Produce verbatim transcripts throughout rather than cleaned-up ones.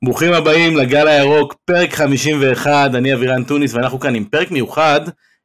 ברוכים הבאים לגל הירוק, פרק חמישים ואחת, אני אבירן טוניס, ואנחנו כאן עם פרק מיוחד,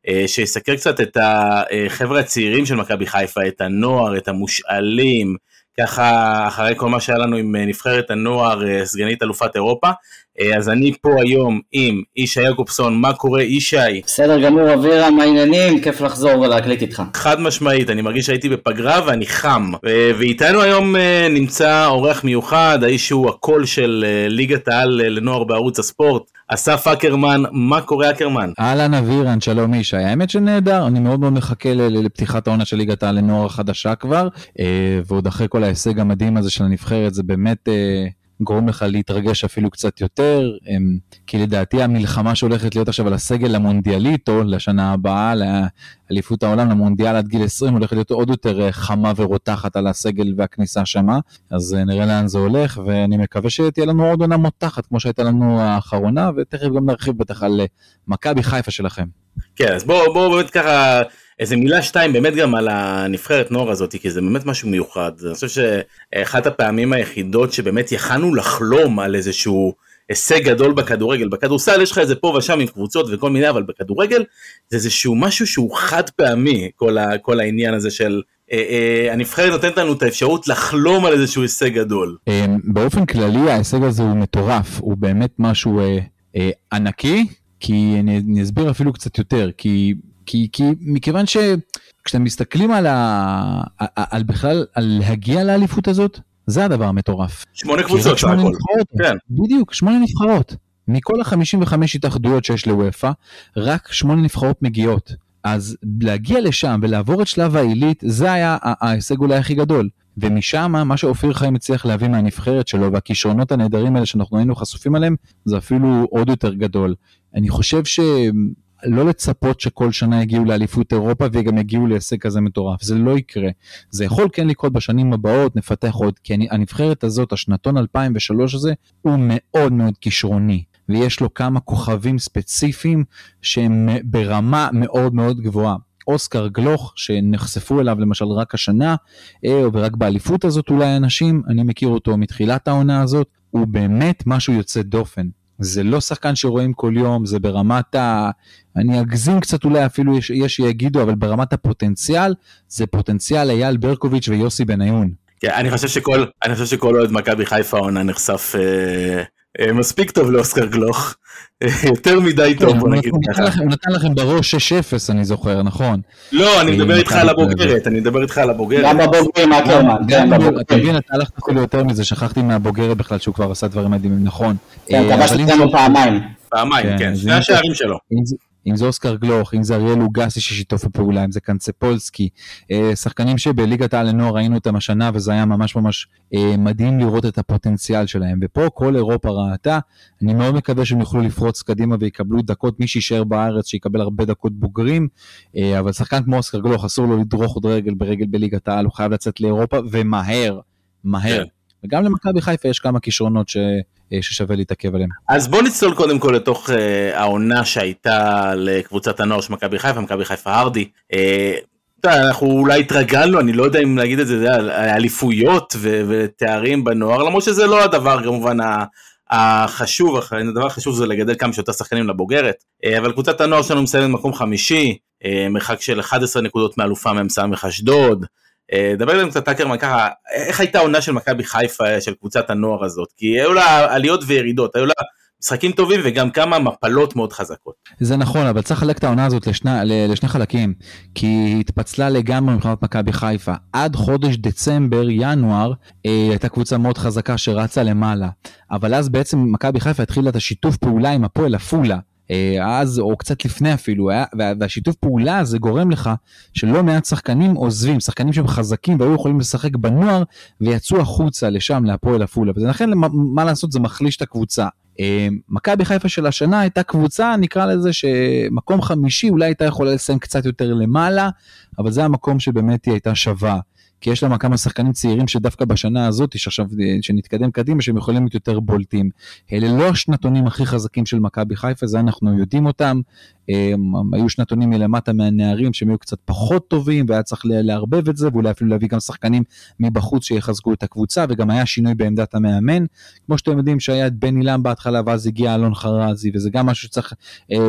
שיסקר קצת את החבר'ה הצעירים של מכבי חיפה, את הנוער, את המושאלים, ככה אחרי כל מה שהיה לנו עם נבחרת הנוער, סגנית אלופת אירופה. אז אני פה היום עם ישי יעקובסון. מה קורה ישי? בסדר גמור אבירן, מה העניינים? כיף לחזור ולהקליט איתך. חד משמעית, אני מרגיש שהייתי בפגרה ואני חם. ואיתנו היום נמצא אורח מיוחד, האיש הוא הקול של ליגת העל לנוער בערוץ הספורט, אסף אקרמן. מה קורה אקרמן? אהלן אבירן, שלום ישי. האמת שנהדר, אני מאוד מאוד מחכה לפתיחת העונה של ליגת העל לנוער החדשה כבר, ועוד אחרי כל ההישג המדהים הזה של הנבחרת, זה באמת גורם לך להתרגש אפילו קצת יותר, כי לדעתי המלחמה שהולכת להיות עכשיו על הסגל המונדיאליטו לשנה הבאה, לאליפות העולם למונדיאל עד גיל עשרים, הולכת להיות עוד יותר חמה ורותחת על הסגל והכניסה שמה, אז נראה לאן זה הולך, ואני מקווה שתהיה לנו עוד עונה מותחת כמו שהייתה לנו האחרונה, ותכף גם נרחיב בטח על מכבי חיפה שלכם. כן, אז בואו בוא, באמת ככה איזה מילה שתיים באמת גם על הנבחרת נוער הזאת, כי זה באמת משהו מיוחד. אני חושב שאחת הפעמים היחידות שבאמת יכנו לחלום על איזשהו הישג גדול בכדורגל. בכדורסל יש לך איזה פה ושם עם קבוצות וכל מיני, אבל בכדורגל זה איזשהו משהו שהוא חד פעמי, כל, ה, כל העניין הזה של אה, אה, הנבחרת נותנת לנו את האפשרות לחלום על איזשהו הישג גדול. באופן כללי ההישג הזה הוא מטורף, הוא באמת משהו אה, אה, ענקי, כי אני, אני אסביר אפילו קצת יותר, כי כי, כי מכיוון שכשאתם מסתכלים על, ה, על בכלל, על להגיע לאליפות הזאת, זה הדבר המטורף. שמונה קבוצות של הכל. כן. בדיוק, שמונה נבחרות. מכל ה-חמישים וחמש התאחדויות שיש לוופא, רק שמונה נבחרות מגיעות. אז להגיע לשם ולעבור את שלב העילית, זה היה ההישג אולי הכי גדול. ומשם, מה שאופיר חיים הצליח להביא מהנבחרת שלו, והכישרונות הנהדרים האלה שאנחנו היינו חשופים עליהם, זה אפילו עוד יותר גדול. אני חושב ש... לא לצפות שכל שנה יגיעו לאליפות אירופה וגם יגיעו להישג כזה מטורף, זה לא יקרה. זה יכול כן לקרות בשנים הבאות, נפתח עוד, כי הנבחרת הזאת, השנתון אלפיים ושלוש הזה, הוא מאוד מאוד כישרוני, ויש לו כמה כוכבים ספציפיים שהם ברמה מאוד מאוד גבוהה. אוסקר גלוך, שנחשפו אליו למשל רק השנה, ורק באליפות הזאת אולי אנשים, אני מכיר אותו מתחילת העונה הזאת, הוא באמת משהו יוצא דופן. זה לא שחקן שרואים כל יום, זה ברמת ה... אני אגזים קצת אולי אפילו יש, יש שיגידו, אבל ברמת הפוטנציאל, זה פוטנציאל אייל ברקוביץ' ויוסי בניון. כן, אני חושב שכל, אני חושב שכל עוד מכבי חיפה עונה נחשף אה, אה, מספיק טוב לאוסקר גלוך, יותר מדי טוב, בוא נגיד ככה. הוא נתן לכם בראש שש אפס, אני זוכר, נכון? לא, אני מדבר איתך על הבוגרת, אני מדבר איתך על הבוגרת. גם בבוגרים, אקרמן. אתה מבין, אתה הלכת אפילו יותר מזה, שכחתי מהבוגרת בכלל שהוא כבר עשה דברים מדהימים, נכון. כן, כבשתי לנו פעמיים. פעמיים, כן, שני השערים שלו. אם זה אוסקר גלוך, אם זה אריאל לוגסי ששיתוף הפעולה, אם זה קנצפולסקי, שחקנים שבליגת העל לנוער ראינו אותם השנה, וזה היה ממש ממש מדהים לראות את הפוטנציאל שלהם, ופה כל אירופה ראתה, אני מאוד מקווה שהם יוכלו לפרוץ קדימה ויקבלו דקות, מי שישאר בארץ שיקבל הרבה דקות בוגרים, אבל שחקן כמו אוסקר גלוך אסור לו לדרוך עוד רגל ברגל בליגת העל, הוא חייב לצאת לאירופה, ומהר, מהר. וגם למכבי חיפה יש כמה כישרונות ש... ששווה להתעכב עליהם. אז בוא נצלול קודם כל לתוך אה, העונה שהייתה לקבוצת הנוער של מכבי חיפה, מכבי חיפה הרדי. אה, אנחנו אולי התרגלנו, אני לא יודע אם להגיד את זה, זה אליפויות ו- ותארים בנוער, למרות שזה לא הדבר כמובן החשוב, הדבר החשוב זה לגדל כמה שיותר שחקנים לבוגרת, אה, אבל קבוצת הנוער שלנו מסיימת מקום חמישי, אה, מרחק של אחת עשרה נקודות מאלופה ממסע אשדוד. דבר אלינו קצת אקרמן ככה, איך הייתה העונה של מכבי חיפה של קבוצת הנוער הזאת? כי היו לה עליות וירידות, היו לה משחקים טובים וגם כמה מפלות מאוד חזקות. זה נכון, אבל צריך לחלק את העונה הזאת לשני, לשני חלקים, כי היא התפצלה לגמרי מבחינת מכבי חיפה. עד חודש דצמבר, ינואר, הייתה קבוצה מאוד חזקה שרצה למעלה, אבל אז בעצם מכבי חיפה התחילה את השיתוף פעולה עם הפועל עפולה, אז או קצת לפני אפילו, והשיתוף פעולה זה גורם לך שלא מעט שחקנים עוזבים, שחקנים שהם חזקים והיו יכולים לשחק בנוער ויצאו החוצה לשם להפועל עפולה, ולכן מה לעשות, זה מחליש את הקבוצה. מכבי חיפה של השנה הייתה קבוצה, נקרא לזה שמקום חמישי, אולי הייתה יכולה לסיים קצת יותר למעלה, אבל זה המקום שבאמת היא הייתה שווה, כי יש להם כמה שחקנים צעירים שדווקא בשנה הזאת, שעכשיו שנתקדם קדימה, שהם יכולים להיות יותר בולטים. אלה לא השנתונים הכי חזקים של מכבי חיפה, זה אנחנו יודעים אותם, הם היו שנתונים מלמטה מהנערים, שהם היו קצת פחות טובים, והיה צריך להרבב את זה, ואולי אפילו להביא גם שחקנים מבחוץ שיחזקו את הקבוצה, וגם היה שינוי בעמדת המאמן, כמו שאתם יודעים שהיה את בן אילם בהתחלה, ואז הגיע אלון חרזי, וזה גם משהו שצריך אה,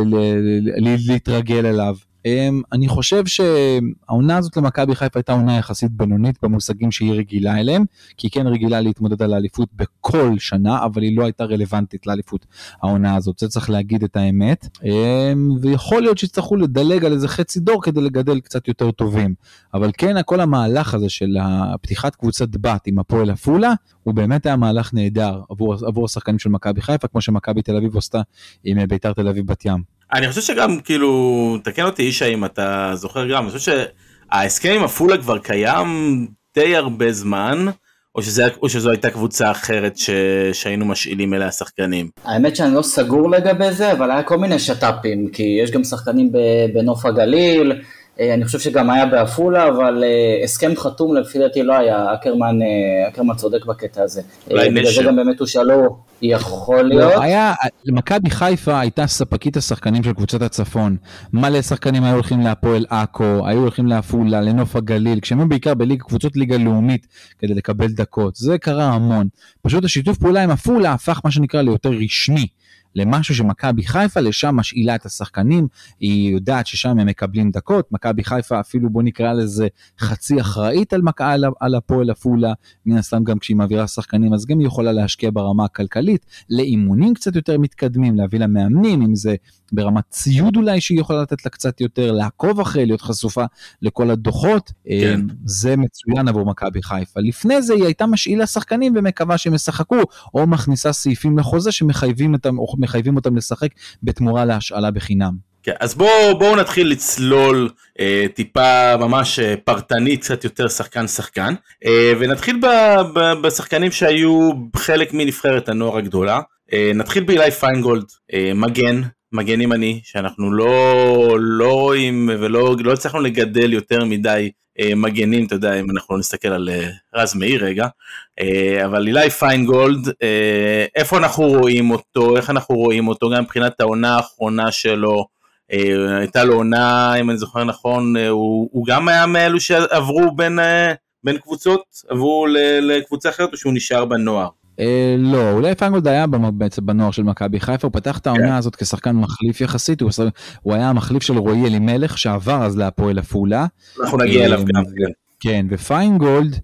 להתרגל אליו. אני חושב שהעונה הזאת למכבי חיפה הייתה עונה יחסית בינונית במושגים שהיא רגילה אליהם, כי היא כן רגילה להתמודד על האליפות בכל שנה, אבל היא לא הייתה רלוונטית לאליפות העונה הזאת, זה צריך להגיד את האמת, ויכול להיות שצריכו לדלג על איזה חצי דור כדי לגדל קצת יותר טובים, אבל כן כל המהלך הזה של הפתיחת קבוצת בת עם הפועל עפולה, הוא באמת היה מהלך נהדר עבור, עבור השחקנים של מכבי חיפה, כמו שמכבי תל אביב עשתה עם בית"ר תל אביב בת ים. אני חושב שגם, כאילו, תקן אותי אישה אם אתה זוכר גם, אני חושב שההסכם עם עפולה כבר קיים די הרבה זמן, או, שזה, או שזו הייתה קבוצה אחרת ש, שהיינו משאילים אליה השחקנים? האמת שאני לא סגור לגבי זה, אבל היה כל מיני שטאפים, כי יש גם שחקנים בנוף הגליל, אני חושב שגם היה בעפולה, אבל הסכם חתום לפי דעתי לא היה, אקרמן, אקרמן צודק בקטע הזה. בגלל זה גם באמת הוא שאלו, יכול להיות. היה, למכבי חיפה הייתה ספקית השחקנים של קבוצת הצפון. מלא שחקנים היו הולכים להפועל עכו, היו הולכים לעפולה, לנוף הגליל, כשהם היו בעיקר בליג, קבוצות ליגה לאומית כדי לקבל דקות. זה קרה המון. פשוט השיתוף פעולה עם עפולה הפך מה שנקרא ליותר רשמי. למשהו שמכבי חיפה לשם משאילה את השחקנים, היא יודעת ששם הם מקבלים דקות, מכבי חיפה אפילו בוא נקרא לזה חצי אחראית על, מק... על, על הפועל עפולה, מן הסתם גם כשהיא מעבירה שחקנים, אז גם היא יכולה להשקיע ברמה הכלכלית, לאימונים קצת יותר מתקדמים, להביא למאמנים, אם זה ברמת ציוד אולי שהיא יכולה לתת לה קצת יותר, לעקוב אחרי, להיות חשופה לכל הדוחות, כן. זה מצוין עבור מכבי חיפה. לפני זה היא הייתה משאילה שחקנים ומקווה שהם ישחקו, או מכניסה סעיפים לחוזה שמחייבים אותם, או מחייבים אותם לשחק בתמורה להשאלה בחינם. כן, אז בואו בוא נתחיל לצלול אה, טיפה ממש אה, פרטנית, קצת יותר שחקן שחקן, אה, ונתחיל ב, ב, בשחקנים שהיו חלק מנבחרת הנוער הגדולה. אה, נתחיל באילי פיינגולד, אה, מגן, מגן ימני, שאנחנו לא, לא רואים ולא לא הצלחנו לגדל יותר מדי אה, מגנים, אתה יודע, אם אנחנו לא נסתכל על אה, רז מאיר רגע, אה, אבל אילי פיינגולד, אה, איפה אנחנו רואים אותו, איך אנחנו רואים אותו, גם מבחינת העונה האחרונה שלו, אה, הייתה לו עונה, אם אני זוכר נכון, אה, הוא, הוא גם היה מאלו שעברו בין, אה, בין קבוצות, עברו לקבוצה אחרת, או שהוא נשאר בנוער? לא, אולי פיינגולד היה בעצם בנוער של מכבי חיפה, הוא פתח את העונה הזאת כשחקן מחליף יחסית, הוא היה המחליף של רועי אלימלך, שעבר אז להפועל עפולה. אנחנו נגיע אליו גם. כן, ופיינגולד,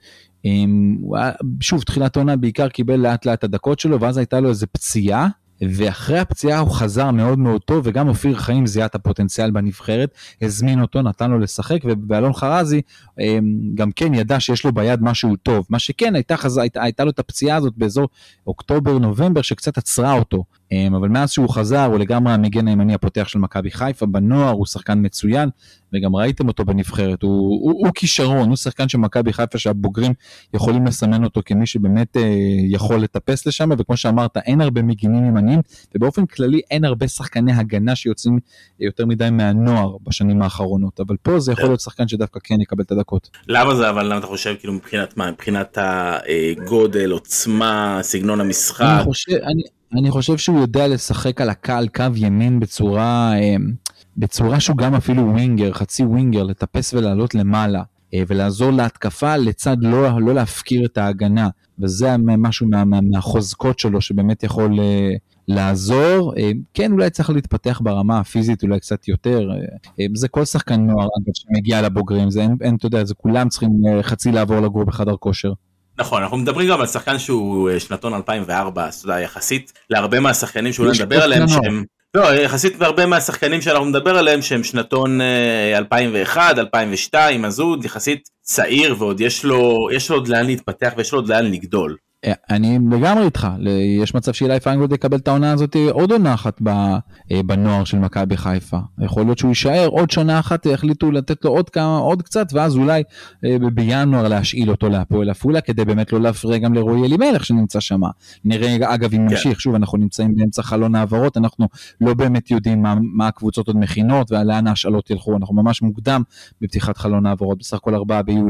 שוב, תחילת העונה בעיקר קיבל לאט לאט הדקות שלו, ואז הייתה לו איזו פציעה, ואחרי הפציעה הוא חזר מאוד מאוד טוב, וגם אופיר חיים זיהה את הפוטנציאל בנבחרת, הזמין אותו, נתן לו לשחק, ובאלון חרזי גם כן ידע שיש לו ביד משהו טוב, מה שכן הייתה, חז... הייתה, הייתה לו את הפציעה הזאת באזור אוקטובר נובמבר שקצת עצרה אותו, אבל מאז שהוא חזר הוא לגמרי המגן הימני הפותח של מכבי חיפה, בנוער הוא שחקן מצוין, וגם ראיתם אותו בנבחרת, הוא, הוא, הוא כישרון, הוא שחקן של מכבי חיפה שהבוגרים יכולים לסמן אותו כמי שבאמת אה, יכול לטפס לשם, וכמו שאמרת אין הרבה מגינים ימניים, ובאופן כללי אין הרבה שחקני הגנה שיוצאים יותר מדי מהנוער בשנים האחרונות, אבל פה זה יכול להיות שחקן שדווקא כן יקבל את הדקות. למה זה, אבל למה אתה חושב, כאילו מבחינת מה, מבחינת הגודל, עוצמה, סגנון המשחק? אני חושב, אני, אני חושב שהוא יודע לשחק על הקהל, קו ימין בצורה, בצורה שהוא גם אפילו ווינגר, חצי ווינגר, לטפס ולעלות למעלה, ולעזור להתקפה לצד לא, לא להפקיר את ההגנה, וזה משהו מה, מה, מהחוזקות שלו שבאמת יכול לעזור, כן אולי צריך להתפתח ברמה הפיזית אולי קצת יותר, זה כל שחקן נוער שמגיע לבוגרים, זה אין, אין, אתה יודע, זה כולם צריכים חצי לעבור לגור בחדר כושר. נכון, אנחנו מדברים גם על שחקן שהוא שנתון אלפיים וארבע, אז אתה יודע, יחסית להרבה מהשחקנים שאולי נדבר עליהם שהם, לא, יחסית להרבה מהשחקנים שאנחנו מדבר עליהם שהם שנתון אלפיים ואחת, אלפיים ושתיים, אז הוא יחסית צעיר ועוד יש לו, יש לו עוד לאן להתפתח ויש לו עוד לאן לגדול. אני לגמרי איתך, יש מצב שאילי פיינגולד יקבל את העונה הזאת עוד עונה אחת בנוער של מכבי חיפה, יכול להיות שהוא יישאר עוד שנה אחת, יחליטו לתת לו עוד כמה, עוד קצת, ואז אולי בינואר להשאיל אותו להפועל עפולה, כדי באמת לא להפריע גם לרועי אלימלך שנמצא שם, נראה אגב אם נמשיך, שוב אנחנו נמצאים באמצע חלון העברות, אנחנו לא באמת יודעים מה, מה הקבוצות עוד מכינות, ולאן ההשאלות ילכו, אנחנו ממש מוקדם בפתיחת חלון העברות, בסך הכל ארבעה ביולי.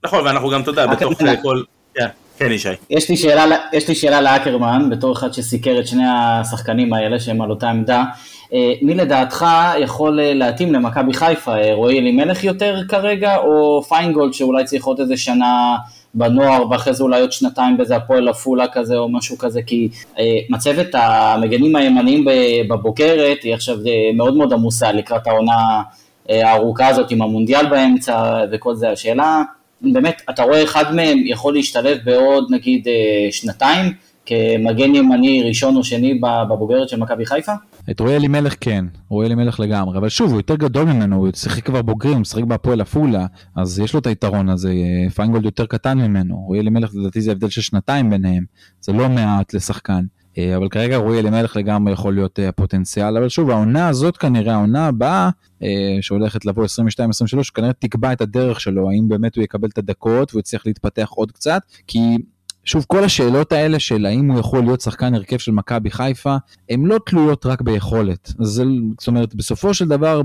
נכון, ואנחנו גם, תודה, בתוך כל... כן, ישי. יש לי שאלה, יש לי שאלה לאקרמן, בתור אחד שסיקר את שני השחקנים האלה, שהם על אותה עמדה. מי לדעתך יכול להתאים למכבי חיפה? רועי אלימלך יותר כרגע, או פיינגולד שאולי צריך עוד איזה שנה בנוער, ואחרי זה אולי עוד שנתיים באיזה הפועל עפולה כזה, או משהו כזה, כי מצבת המגנים הימניים בבוגרת, היא עכשיו מאוד מאוד עמוסה לקראת העונה הארוכה הזאת, עם המונדיאל באמצע וכל זה. השאלה, באמת, אתה רואה אחד מהם יכול להשתלב בעוד נגיד שנתיים, כמגן ימני ראשון או שני בבוגרת של מכבי חיפה? את רועי אלימלך כן, רועי אלימלך לגמרי, אבל שוב, הוא יותר גדול ממנו, הוא שיחק כבר בוגרים, הוא שיחק בהפועל עפולה, אז יש לו את היתרון הזה, פיינגולד יותר קטן ממנו, רועי אלימלך לדעתי זה הבדל של שנתיים ביניהם, זה לא מעט לשחקן, אבל כרגע רועי אלימלך לגמרי יכול להיות הפוטנציאל, אבל שוב, העונה הזאת כנראה, העונה הבאה, שהולכת לבוא עשרים ושתיים עשרים ושלוש, כנראה תקבע את הדרך שלו, האם באמת הוא יקבל את הדקות, והוא יצליח להתפתח עוד קצת, כי שוב, כל השאלות האלה של האם הוא יכול להיות שחקן הרכב של מכבי חיפה, הן לא תלויות רק ביכולת. זה, זאת אומרת, בסופו של דבר,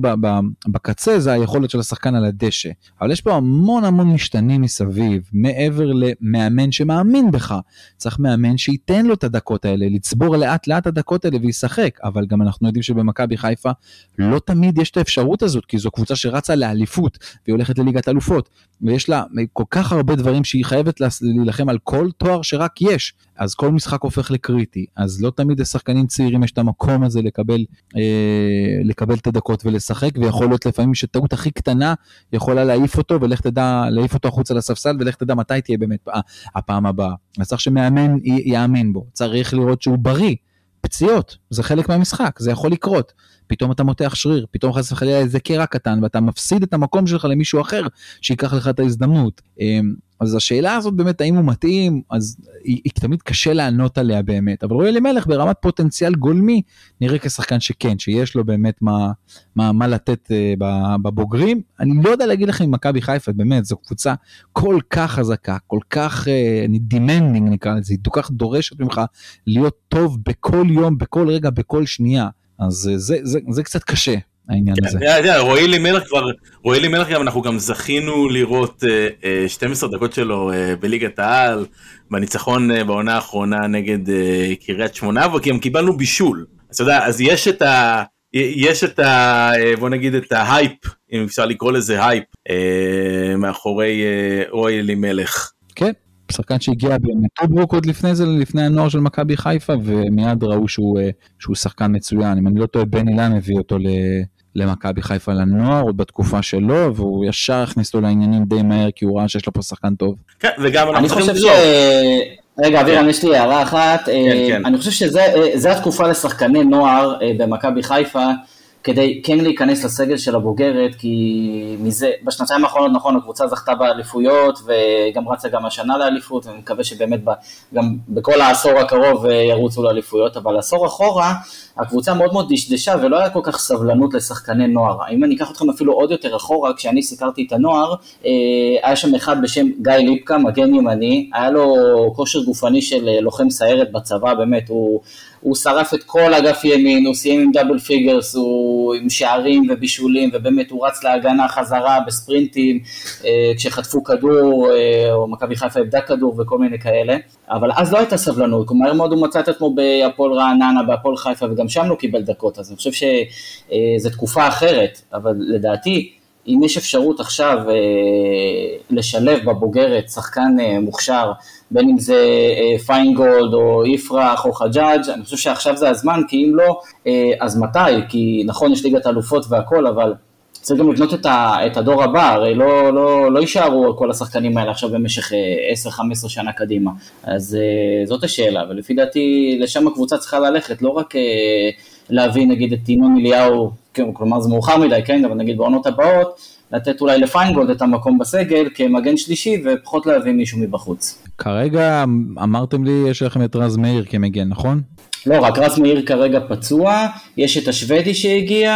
בקצה זה היכולת של השחקן על הדשא. אבל יש פה המון המון משתנים מסביב, מעבר למאמן שמאמין בך. צריך מאמן שייתן לו את הדקות האלה, לצבור לאט לאט הדקות האלה וישחק. אבל גם אנחנו יודעים שבמכבי חיפה לא תמיד יש את האפשרות הזאת, כי זו קבוצה שרצה לאליפות, והיא הולכת לליגת אלופות. ויש לה כל כך הרבה דברים שהיא חייבת להילחם על כל תואר שרק יש, אז כל משחק הופך לקריטי, אז לא תמיד לשחקנים צעירים יש את המקום הזה לקבל, אה, לקבל את הדקות ולשחק, ויכול להיות לפעמים שטעות הכי קטנה יכולה להעיף אותו, ולך תדע, להעיף אותו החוצה לספסל, ולך תדע מתי תהיה באמת הפעם הבאה. אז צריך שמאמן יאמין בו, צריך לראות שהוא בריא, פציעות, זה חלק מהמשחק, זה יכול לקרות, פתאום אתה מותח שריר, פתאום חס וחלילה איזה קרע קטן, ואתה מפסיד את המקום שלך למישהו אחר, שיקח לך את ההזדמנות. אז השאלה הזאת באמת, האם הוא מתאים, אז היא, היא תמיד קשה לענות עליה באמת, אבל רועי אלימלך ברמת פוטנציאל גולמי, נראה כשחקן שכן, שיש לו באמת מה, מה, מה לתת בבוגרים. אני לא יודע להגיד לכם עם מכבי חיפה, באמת, זו קבוצה כל כך חזקה, כל כך demanding נקרא לזה, היא כל כך דורשת ממך להיות טוב בכל יום, בכל רגע, בכל שנייה, אז זה, זה, זה, זה קצת קשה. העניין הזה. רועי אלימלך כבר, רועי אלימלך גם אנחנו גם זכינו לראות שתים עשרה דקות שלו בליגת העל, בניצחון בעונה האחרונה נגד קריית שמונה, וכי גם קיבלנו בישול. אז אתה יודע, אז יש את ה, יש את ה, בוא נגיד את ההייפ, אם אפשר לקרוא לזה הייפ, מאחורי רועי אלימלך. כן. שחקן שהגיע במטוברוק עוד לפני זה, לפני הנוער של מכבי חיפה, ומיד ראו שהוא, שהוא שחקן מצוין. אם אני לא טועה, בן אילן הביא אותו למכבי חיפה לנוער, עוד בתקופה שלו, והוא ישר הכניס לו לעניינים די מהר, כי הוא ראה שיש לו פה שחקן טוב. כן, וגם אני חושב ש... רגע, אבירן, יש לי הערה אחת. אני חושב שזה התקופה לשחקני נוער במכבי חיפה, כדי כן להיכנס לסגל של הבוגרת, כי מזה, בשנתיים האחרונות נכון, הקבוצה זכתה באליפויות, וגם רצה גם השנה לאליפות, ואני מקווה שבאמת גם בכל העשור הקרוב ירוצו לאליפויות, אבל העשור אחורה, הקבוצה מאוד מאוד דשדשה, ולא היה כל כך סבלנות לשחקני נוער. אם אני אקח אתכם אפילו עוד יותר אחורה, כשאני סיקרתי את הנוער, היה שם אחד בשם גיא ליפקה, מגן ימני, היה לו כושר גופני של לוחם סיירת בצבא, באמת, הוא... הוא שרף את כל אגף ימין, הוא סיים עם דאבל פיגרס, הוא עם שערים ובישולים, ובאמת הוא רץ להגנה חזרה בספרינטים, כשחטפו כדור, או מכבי חיפה איבדה כדור וכל מיני כאלה, אבל אז לא הייתה סבלנות, כלומר מאוד הוא מצא את עצמו בהפועל רעננה, בהפועל חיפה, וגם שם לא קיבל דקות, אז אני חושב שזו תקופה אחרת, אבל לדעתי, אם יש אפשרות עכשיו אה, לשלב בבוגרת שחקן אה, מוכשר, בין אם זה אה, פיינגולד או יפרח או חג'אג', אני חושב שעכשיו זה הזמן, כי אם לא, אה, אז מתי? כי נכון, יש ליגת אלופות והכל, אבל צריך גם לבנות את, ה, את הדור הבא, הרי לא, לא, לא יישארו כל השחקנים האלה עכשיו במשך עשר חמש עשרה שנה קדימה, אז אה, זאת השאלה, ולפי דעתי לשם הקבוצה צריכה ללכת, לא רק... אה, להביא נגיד את ינון אליהו, כלומר זה מאוחר מדי, כן, אבל נגיד בעונות הבאות, לתת אולי לפיינגולד את המקום בסגל כמגן שלישי, ופחות להביא מישהו מבחוץ. כרגע אמרתם לי, יש לכם את רז מאיר כמגן, נכון? לא, רק רז מאיר כרגע פצוע, יש את השוודי שהגיע,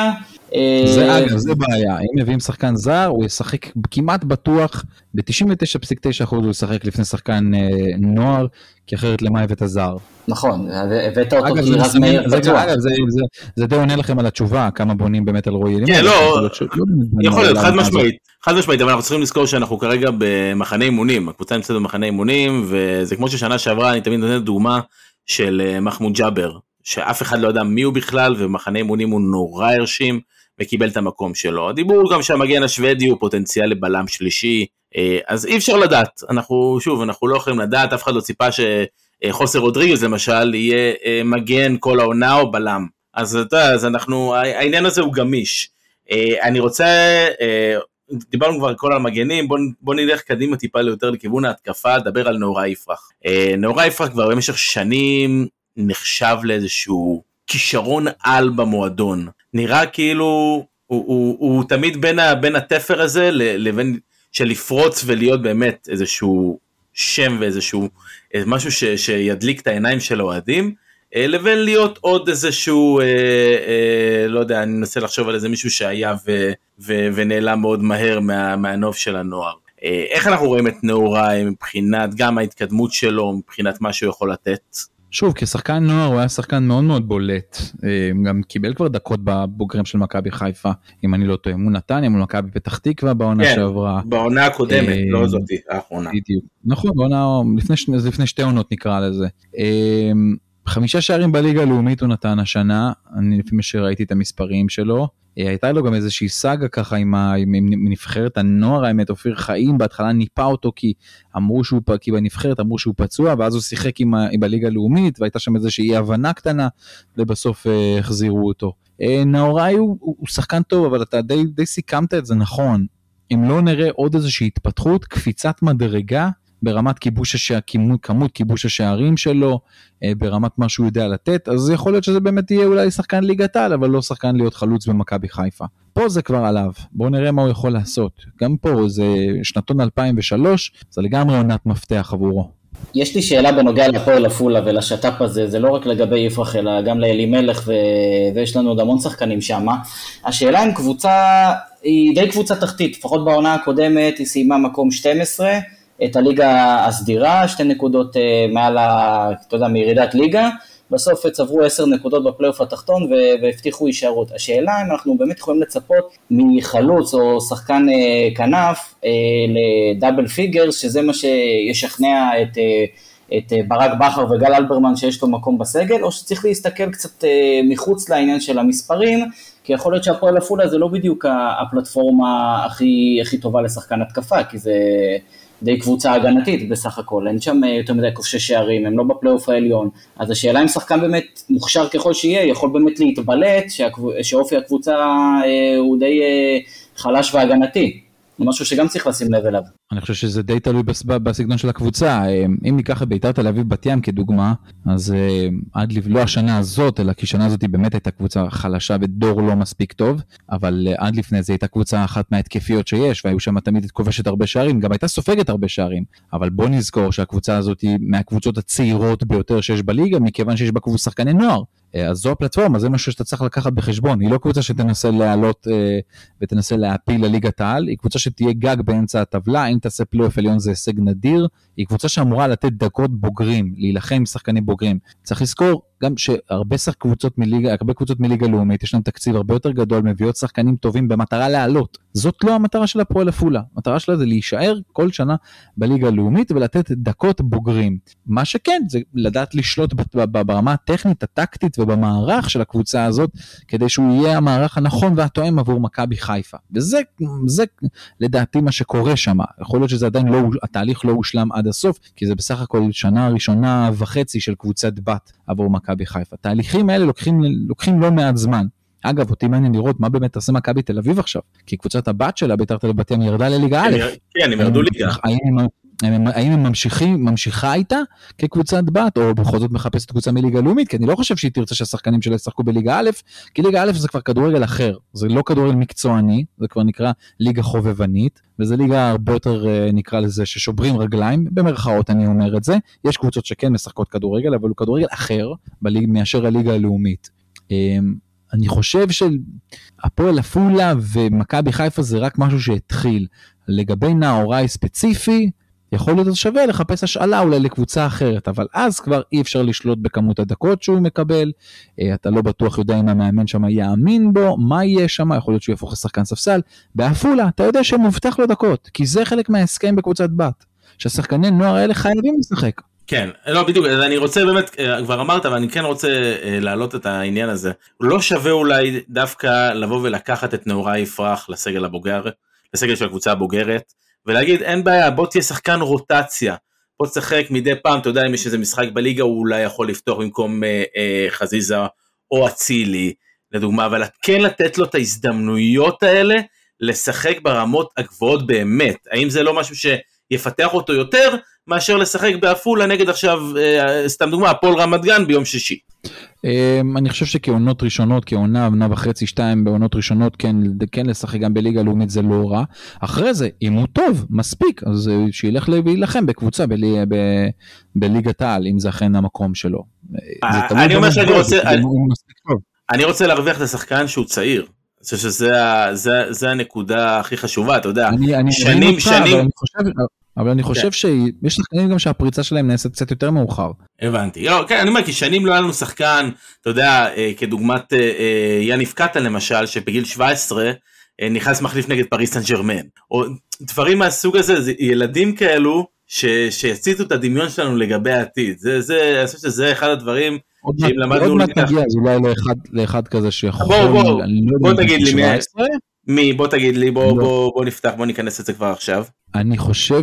זה אגב, זה בעיה, אם מביאים שחקן זר, הוא ישחק כמעט בטוח, ב-תשעים ותשע נקודה תשע אחוז הוא ישחק לפני שחקן נוער, כי אחרת למה הבאת זר. נכון, הבאת אותו כי רז מאיר פצוע. אגב, זה די עונה לכם על התשובה, כמה בונים באמת על רועי אלימלך. כן, לא, יכול להיות, חד משמעית, חד משמעית, אבל אנחנו צריכים לזכור שאנחנו כרגע במחנה אימונים, הקבוצה נמצאת במחנה אימונים, וזה כמו ששנה שעברה, אני תמיד נותן דוגמה של מחמוד ג'אבר, שאף אחד לא יודע מי הוא בכלל, ומחנה אימונים הוא נורא הרשים, וקיבל את המקום שלו. הדיבור גם שהמגן השוודי הוא פוטנציאל לבלם שלישי, אז אי אפשר לדעת, אנחנו, שוב, אנחנו לא יכולים לדעת, אף אחד לא ציפה שחוסר רודריגז למשל, יהיה מגן כל העונה או בלם, אז אתה יודע, אז אנחנו, העניין הזה הוא גמיש. אני רוצה, דיברנו כבר כל המגנים, בוא, בוא נלך קדימה טיפה יותר לכיוון ההתקפה, דבר על נאורה יפרח. נאורה יפרח כבר במשך שנים נחשב לאיזשהו כישרון על במועדון, נראה כאילו הוא, הוא, הוא תמיד בין, ה, בין התפר הזה לבין של לפרוץ ולהיות באמת איזשהו שם ואיזשהו משהו ש, שידליק את העיניים של האוהדים, לבין להיות עוד איזשהו, אה, אה, לא יודע, אני מנסה לחשוב על איזה מישהו שהיה ו, ו, ונעלם מאוד מהר מה, מהנוף של הנוער. אה, איך אנחנו רואים את נאורה מבחינת גם ההתקדמות שלו, מבחינת מה שהוא יכול לתת? שוב, כשחקן נוער הוא היה שחקן מאוד מאוד בולט, גם קיבל כבר דקות בבוגרים של מכבי חיפה, אם אני לא טועה, הוא נתניה, מול מכבי פתח תקווה בעונה כן, שעברה. בעונה הקודמת, לא זאתי, האחרונה. בדיוק. נכון, בעונה, לפני, לפני שתי עונות נקרא לזה. חמישה שערים בליגה הלאומית הוא נתן השנה, אני לפי מה שראיתי את המספרים שלו, הייתה לו גם איזושהי סאגה ככה עם, ה, עם, עם נבחרת הנוער, האמת, אופיר חיים, בהתחלה ניפה אותו כי אמרו שהוא, כי בנבחרת אמרו שהוא פצוע, ואז הוא שיחק עם, עם בליגה הלאומית, והייתה שם איזושהי הבנה קטנה, ובסוף אה, החזירו אותו. אה, נאוראי הוא, הוא, הוא שחקן טוב, אבל אתה די, די סיכמת את זה נכון, אם לא נראה עוד איזושהי התפתחות, קפיצת מדרגה, ברמת כיבוש השער, כמות כיבוש השערים שלו, ברמת מה שהוא יודע לתת, אז יכול להיות שזה באמת יהיה אולי שחקן ליגת העל, אבל לא שחקן להיות חלוץ במכבי חיפה. פה זה כבר עליו, בואו נראה מה הוא יכול לעשות. גם פה זה שנתון אלפיים ושלוש, זה לגמרי עונת מפתח עבורו. יש לי שאלה בנוגע לפועל עפולה ולשטאפ הזה, זה לא רק לגבי יפרח, אלא גם לאלימלך, ו... ויש לנו עוד המון שחקנים שם. השאלה אם קבוצה, היא די קבוצה תחתית, לפחות בעונה הקודמת היא סיימה מקום שתים עשרה, את הליגה הסדירה, שתי נקודות מעל, אתה יודע, מירידת ליגה, בסוף צברו עשר נקודות בפלייאוף התחתון והבטיחו הישארות. השאלה אם אנחנו באמת יכולים לצפות מחלוץ או שחקן כנף לדאבל פיגרס, שזה מה שישכנע את, את ברק בכר וגל אלברמן שיש לו מקום בסגל, או שצריך להסתכל קצת מחוץ לעניין של המספרים, כי יכול להיות שהפועל עפולה זה לא בדיוק הפלטפורמה הכי, הכי טובה לשחקן התקפה, כי זה די קבוצה הגנתית בסך הכל, אין שם יותר מדי כובשי שערים, הם לא בפלייאוף העליון, אז השאלה אם שחקן באמת מוכשר ככל שיהיה, יכול באמת להתבלט, שאופי הקבוצה הוא די חלש והגנתי, זה משהו שגם צריך לשים לב אליו. אני חושב שזה די תלוי בסגנון של הקבוצה, אם ניקח את ביתר תל אביב בת ים כדוגמה, אז עד לא השנה הזאת, אלא כי שנה הזאת היא באמת הייתה קבוצה חלשה ודור לא מספיק טוב, אבל עד לפני זה הייתה קבוצה אחת מההתקפיות שיש, והיו שם תמיד כובשת הרבה שערים, גם הייתה סופגת הרבה שערים, אבל בוא נזכור שהקבוצה הזאת היא מהקבוצות הצעירות ביותר שיש בליגה, מכיוון שיש בה קבוצה שחקני נוער, אז זו הפלטפורמה, זה משהו שאתה צריך לקחת בחשבון, היא לא קבוצה שתנסה לעלות ותנסה להפיל לליגת העל, היא קבוצה שתהיה גג באמצע הטבלה, אם תעשה פלייאוף עליון זה הישג נדיר, היא קבוצה שאמורה לתת דקות בוגרים, להילחם עם שחקנים בוגרים. צריך לזכור גם שהרבה קבוצות מליגה, הרבה קבוצות מליגה לאומית, יש להם תקציב הרבה יותר גדול, מביאות שחקנים טובים במטרה לעלות. זאת לא המטרה של הפועל עפולה. המטרה שלה זה להישאר כל שנה בליגה הלאומית ולתת דקות בוגרים. מה שכן, זה לדעת לשלוט ברמה הטכנית, הטקטית ובמערך של הקבוצה הזאת, כדי שהוא יהיה המערך הנכון והתואם עבור מכבי חיפה. וזה, זה לדעתי מה שקורה שם. יכול להיות שזה עדיין לא, התהליך לא הושלם עד הסוף, כי זה בסך הכל שנה ראשונה וחצי של קבוצת בת עבור מכבי חיפה. התהליכים האלה לוקחים, לוקחים לא מעט זמן. אגב, אותי מעניין לראות מה באמת תעשה מכבי תל אביב עכשיו, כי קבוצת הבת שלה ביתר תל אביב בת ים ירדה לליגה א'. כן, הם ירדו ליגה. האם הם ממשיכים, ממשיכה איתה כקבוצת בת, או בכל זאת מחפשת קבוצה מליגה לאומית, כי אני לא חושב שהיא תרצה שהשחקנים שלה ישחקו בליגה א', כי ליגה א' זה כבר כדורגל אחר, זה לא כדורגל מקצועני, זה כבר נקרא ליגה חובבנית, וזה ליגה הרבה יותר נקרא לזה ששוברים רגליים, במרכאות אני אומר את זה, יש קבוצות שכן משחקות כדורגל, אבל הוא כדורגל אחר, מאשר הליגה הלאומית. אני חושב שהפועל עפולה ומכבי חיפה זה רק משהו שהתחיל. לגבי נאוראי ספציפי, יכול להיות שווה לחפש השאלה אולי לקבוצה אחרת, אבל אז כבר אי אפשר לשלוט בכמות הדקות שהוא מקבל, אתה לא בטוח יודע אם המאמן שם יאמין בו, מה יהיה שם, יכול להיות שהוא יפוך לשחקן ספסל, בעפולה אתה יודע שמובטח לו דקות, כי זה חלק מההסכם בקבוצת בת, שהשחקני נוער האלה חייבים לשחק. כן, לא בדיוק, אני רוצה באמת, כבר אמרת, אבל אני כן רוצה להעלות את העניין הזה, לא שווה אולי דווקא לבוא ולקחת את נאוראי יפרח לסגל הבוגר, לסגל של הקבוצה הבוגרת, ולהגיד, אין בעיה, בוא תהיה שחקן רוטציה, בוא תשחק מדי פעם, אתה יודע, אם יש איזה משחק בליגה, הוא אולי יכול לפתוח במקום אה, אה, חזיזה או אצילי, לדוגמה, אבל כן לתת לו את ההזדמנויות האלה, לשחק ברמות הגבוהות באמת, האם זה לא משהו שיפתח אותו יותר, מאשר לשחק בעפולה נגד עכשיו, אה, סתם דוגמה, הפועל רמת גן ביום שישי. אני חושב שכעונות ראשונות, כעונה, עונה וחצי, שתיים בעונות ראשונות, כן, כן לשחק גם בליגה לאומית זה לא רע. אחרי זה, אם הוא טוב, מספיק, אז שילך להילחם בקבוצה בלי, ב, בליגת העל, אם זה אכן המקום שלו. אני אומר שאני רוצה, אני, אני רוצה להרוויח את השחקן שהוא צעיר. אני חושב שזה זה, זה הנקודה הכי חשובה, אתה יודע. אני, אני שנים, שנים. אבל אני חושב... אבל אני חושב שיש שחקנים גם שהפריצה שלהם נעשית קצת יותר מאוחר. הבנתי. לא, כן, אני אומר, כי שנים לא היה לנו שחקן, אתה יודע, כדוגמת יניב קטן למשל, שבגיל שבע עשרה נכנס מחליף נגד פריס סן ז'רמן. או דברים מהסוג הזה, זה ילדים כאלו שיציתו את הדמיון שלנו לגבי העתיד. זה, זה, אני חושב שזה אחד הדברים שאם למדנו... עוד מעט נגיע, אז אולי לאחד כזה שיכול... בוא, בוא, בוא תגיד לי, מי, בוא תגיד לי, בוא, בוא, בוא נפתח, בוא ניכנס את זה כבר עכשיו. אני חושב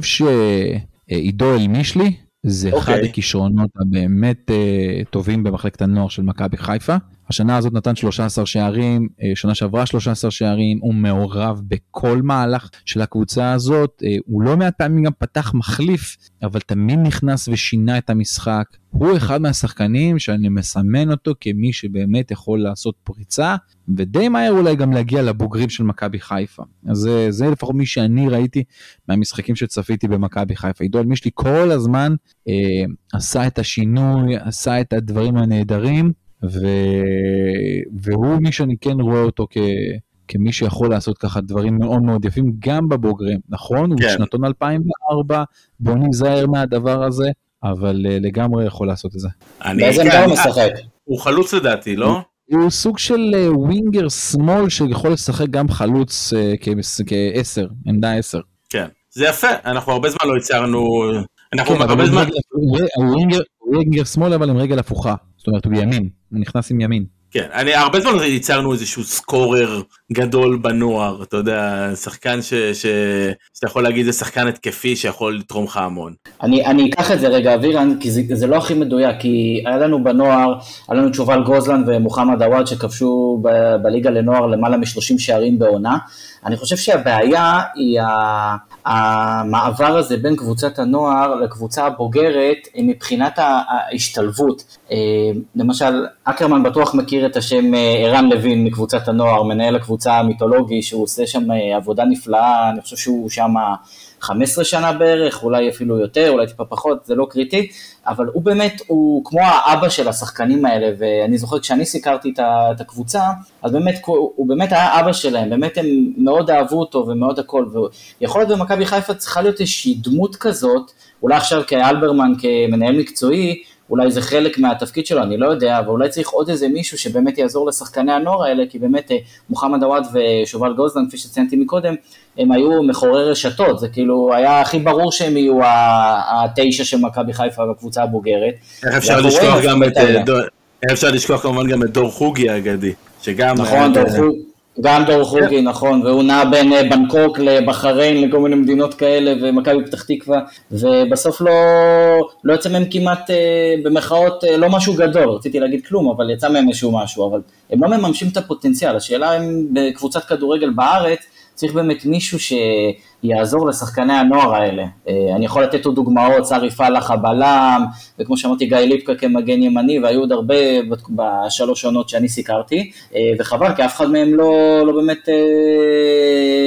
שעידו אלמישלי, זה okay. אחד הכישרונות הבאמת uh, טובים במחלקת הנוער של מכבי חיפה. השנה הזאת נתן שלושה עשר שערים, שנה שעברה שלושה עשר שערים, הוא מעורב בכל מהלך של הקבוצה הזאת, הוא לא מעט פעמים גם פתח מחליף, אבל תמיד נכנס ושינה את המשחק. הוא אחד מהשחקנים שאני מסמן אותו כמי שבאמת יכול לעשות פריצה, ודי מהר אולי גם להגיע לבוגרים של מכבי חיפה. אז זה, זה לפחות מי שאני ראיתי מהמשחקים שצפיתי במכבי חיפה. עידו אלמישלי כל הזמן אה, עשה את השינוי, עשה את הדברים הנהדרים, ו... והוא מי שאני כן רואה אותו כ... כמי שיכול לעשות ככה דברים מאוד מאוד יפים, גם בבוגרים, נכון? כן. הוא בשנתון אלפיים וארבע, בוא נזהר מהדבר הזה, אבל uh, לגמרי יכול לעשות את זה. באיזה עמדה הוא משחק? הוא חלוץ לדעתי, לא? הוא, הוא סוג של uh, ווינגר שמאל, שיכול לשחק גם חלוץ uh, כעשר, עמדה עשר. כן, זה יפה, אנחנו הרבה זמן לא יצרנו... אנחנו כן, הרבה זמן... הוא ווינגר, ווינגר שמאל, אבל עם רגל הפוכה. זאת אומרת, הוא בימין, הוא נכנס עם ימין. כן, אני הרבה זמן ייצרנו איזשהו סקורר גדול בנוער, אתה יודע, שחקן ש, ש, שאתה יכול להגיד זה שחקן התקפי שיכול לתרום לך המון. אני, אני אקח את זה רגע אבירן, כי זה, זה לא הכי מדויק, כי היה לנו בנוער, היה לנו תשובל גוזלן ומוחמד עוואד שכבשו ב, בליגה לנוער למעלה מ-שלושים שערים בעונה. אני חושב שהבעיה היא המעבר הזה בין קבוצת הנוער לקבוצה הבוגרת מבחינת ההשתלבות. למשל, אקרמן בטוח מכיר את השם ערן לוין מקבוצת הנוער, מנהל הקבוצה המיתולוגי, שהוא עושה שם עבודה נפלאה, אני חושב שהוא שם חמש עשרה שנה בערך, אולי אפילו יותר, אולי טיפה פחות, זה לא קריטי, אבל הוא באמת, הוא כמו האבא של השחקנים האלה, ואני זוכר כשאני סיקרתי את הקבוצה, אז באמת, הוא באמת היה אבא שלהם, באמת הם מאוד אהבו אותו ומאוד הכל, ויכול להיות במכבי חיפה צריכה להיות איזושהי דמות כזאת, אולי עכשיו כאלברמן, כמנהל מקצועי, אולי זה חלק מהתפקיד שלו, אני לא יודע, אבל אולי צריך עוד איזה מישהו שבאמת יעזור לשחקני הנוער האלה, כי באמת מוחמד עוואד ושובל גוזלן, כפי שציינתי מקודם, הם היו מחורי רשתות, זה כאילו היה הכי ברור שהם יהיו התשע של מכבי חיפה בקבוצה הבוגרת. איך אפשר לשכוח גם את, איך אפשר לשכוח כמובן גם את דור חוגי האגדי, שגם... נכון, דור חוגי. גם דור חוגי, נכון, והוא נע בין בנקוק לבחריין, לכל מיני מדינות כאלה, ומכבי פתח תקווה, ובסוף לא, לא יצא מהם כמעט, במחאות, לא משהו גדול, רציתי להגיד כלום, אבל יצא מהם איזשהו משהו, אבל הם לא מממשים את הפוטנציאל, השאלה אם בקבוצת כדורגל בארץ, צריך באמת מישהו שיעזור לשחקני הנוער האלה. אני יכול לתת עוד דוגמאות, סארי פלח הבלם, וכמו שאמרתי גיא ליפקה כמגן ימני, והיו עוד הרבה בשלוש עונות שאני סיקרתי, וחבל, כי אף אחד מהם לא, לא באמת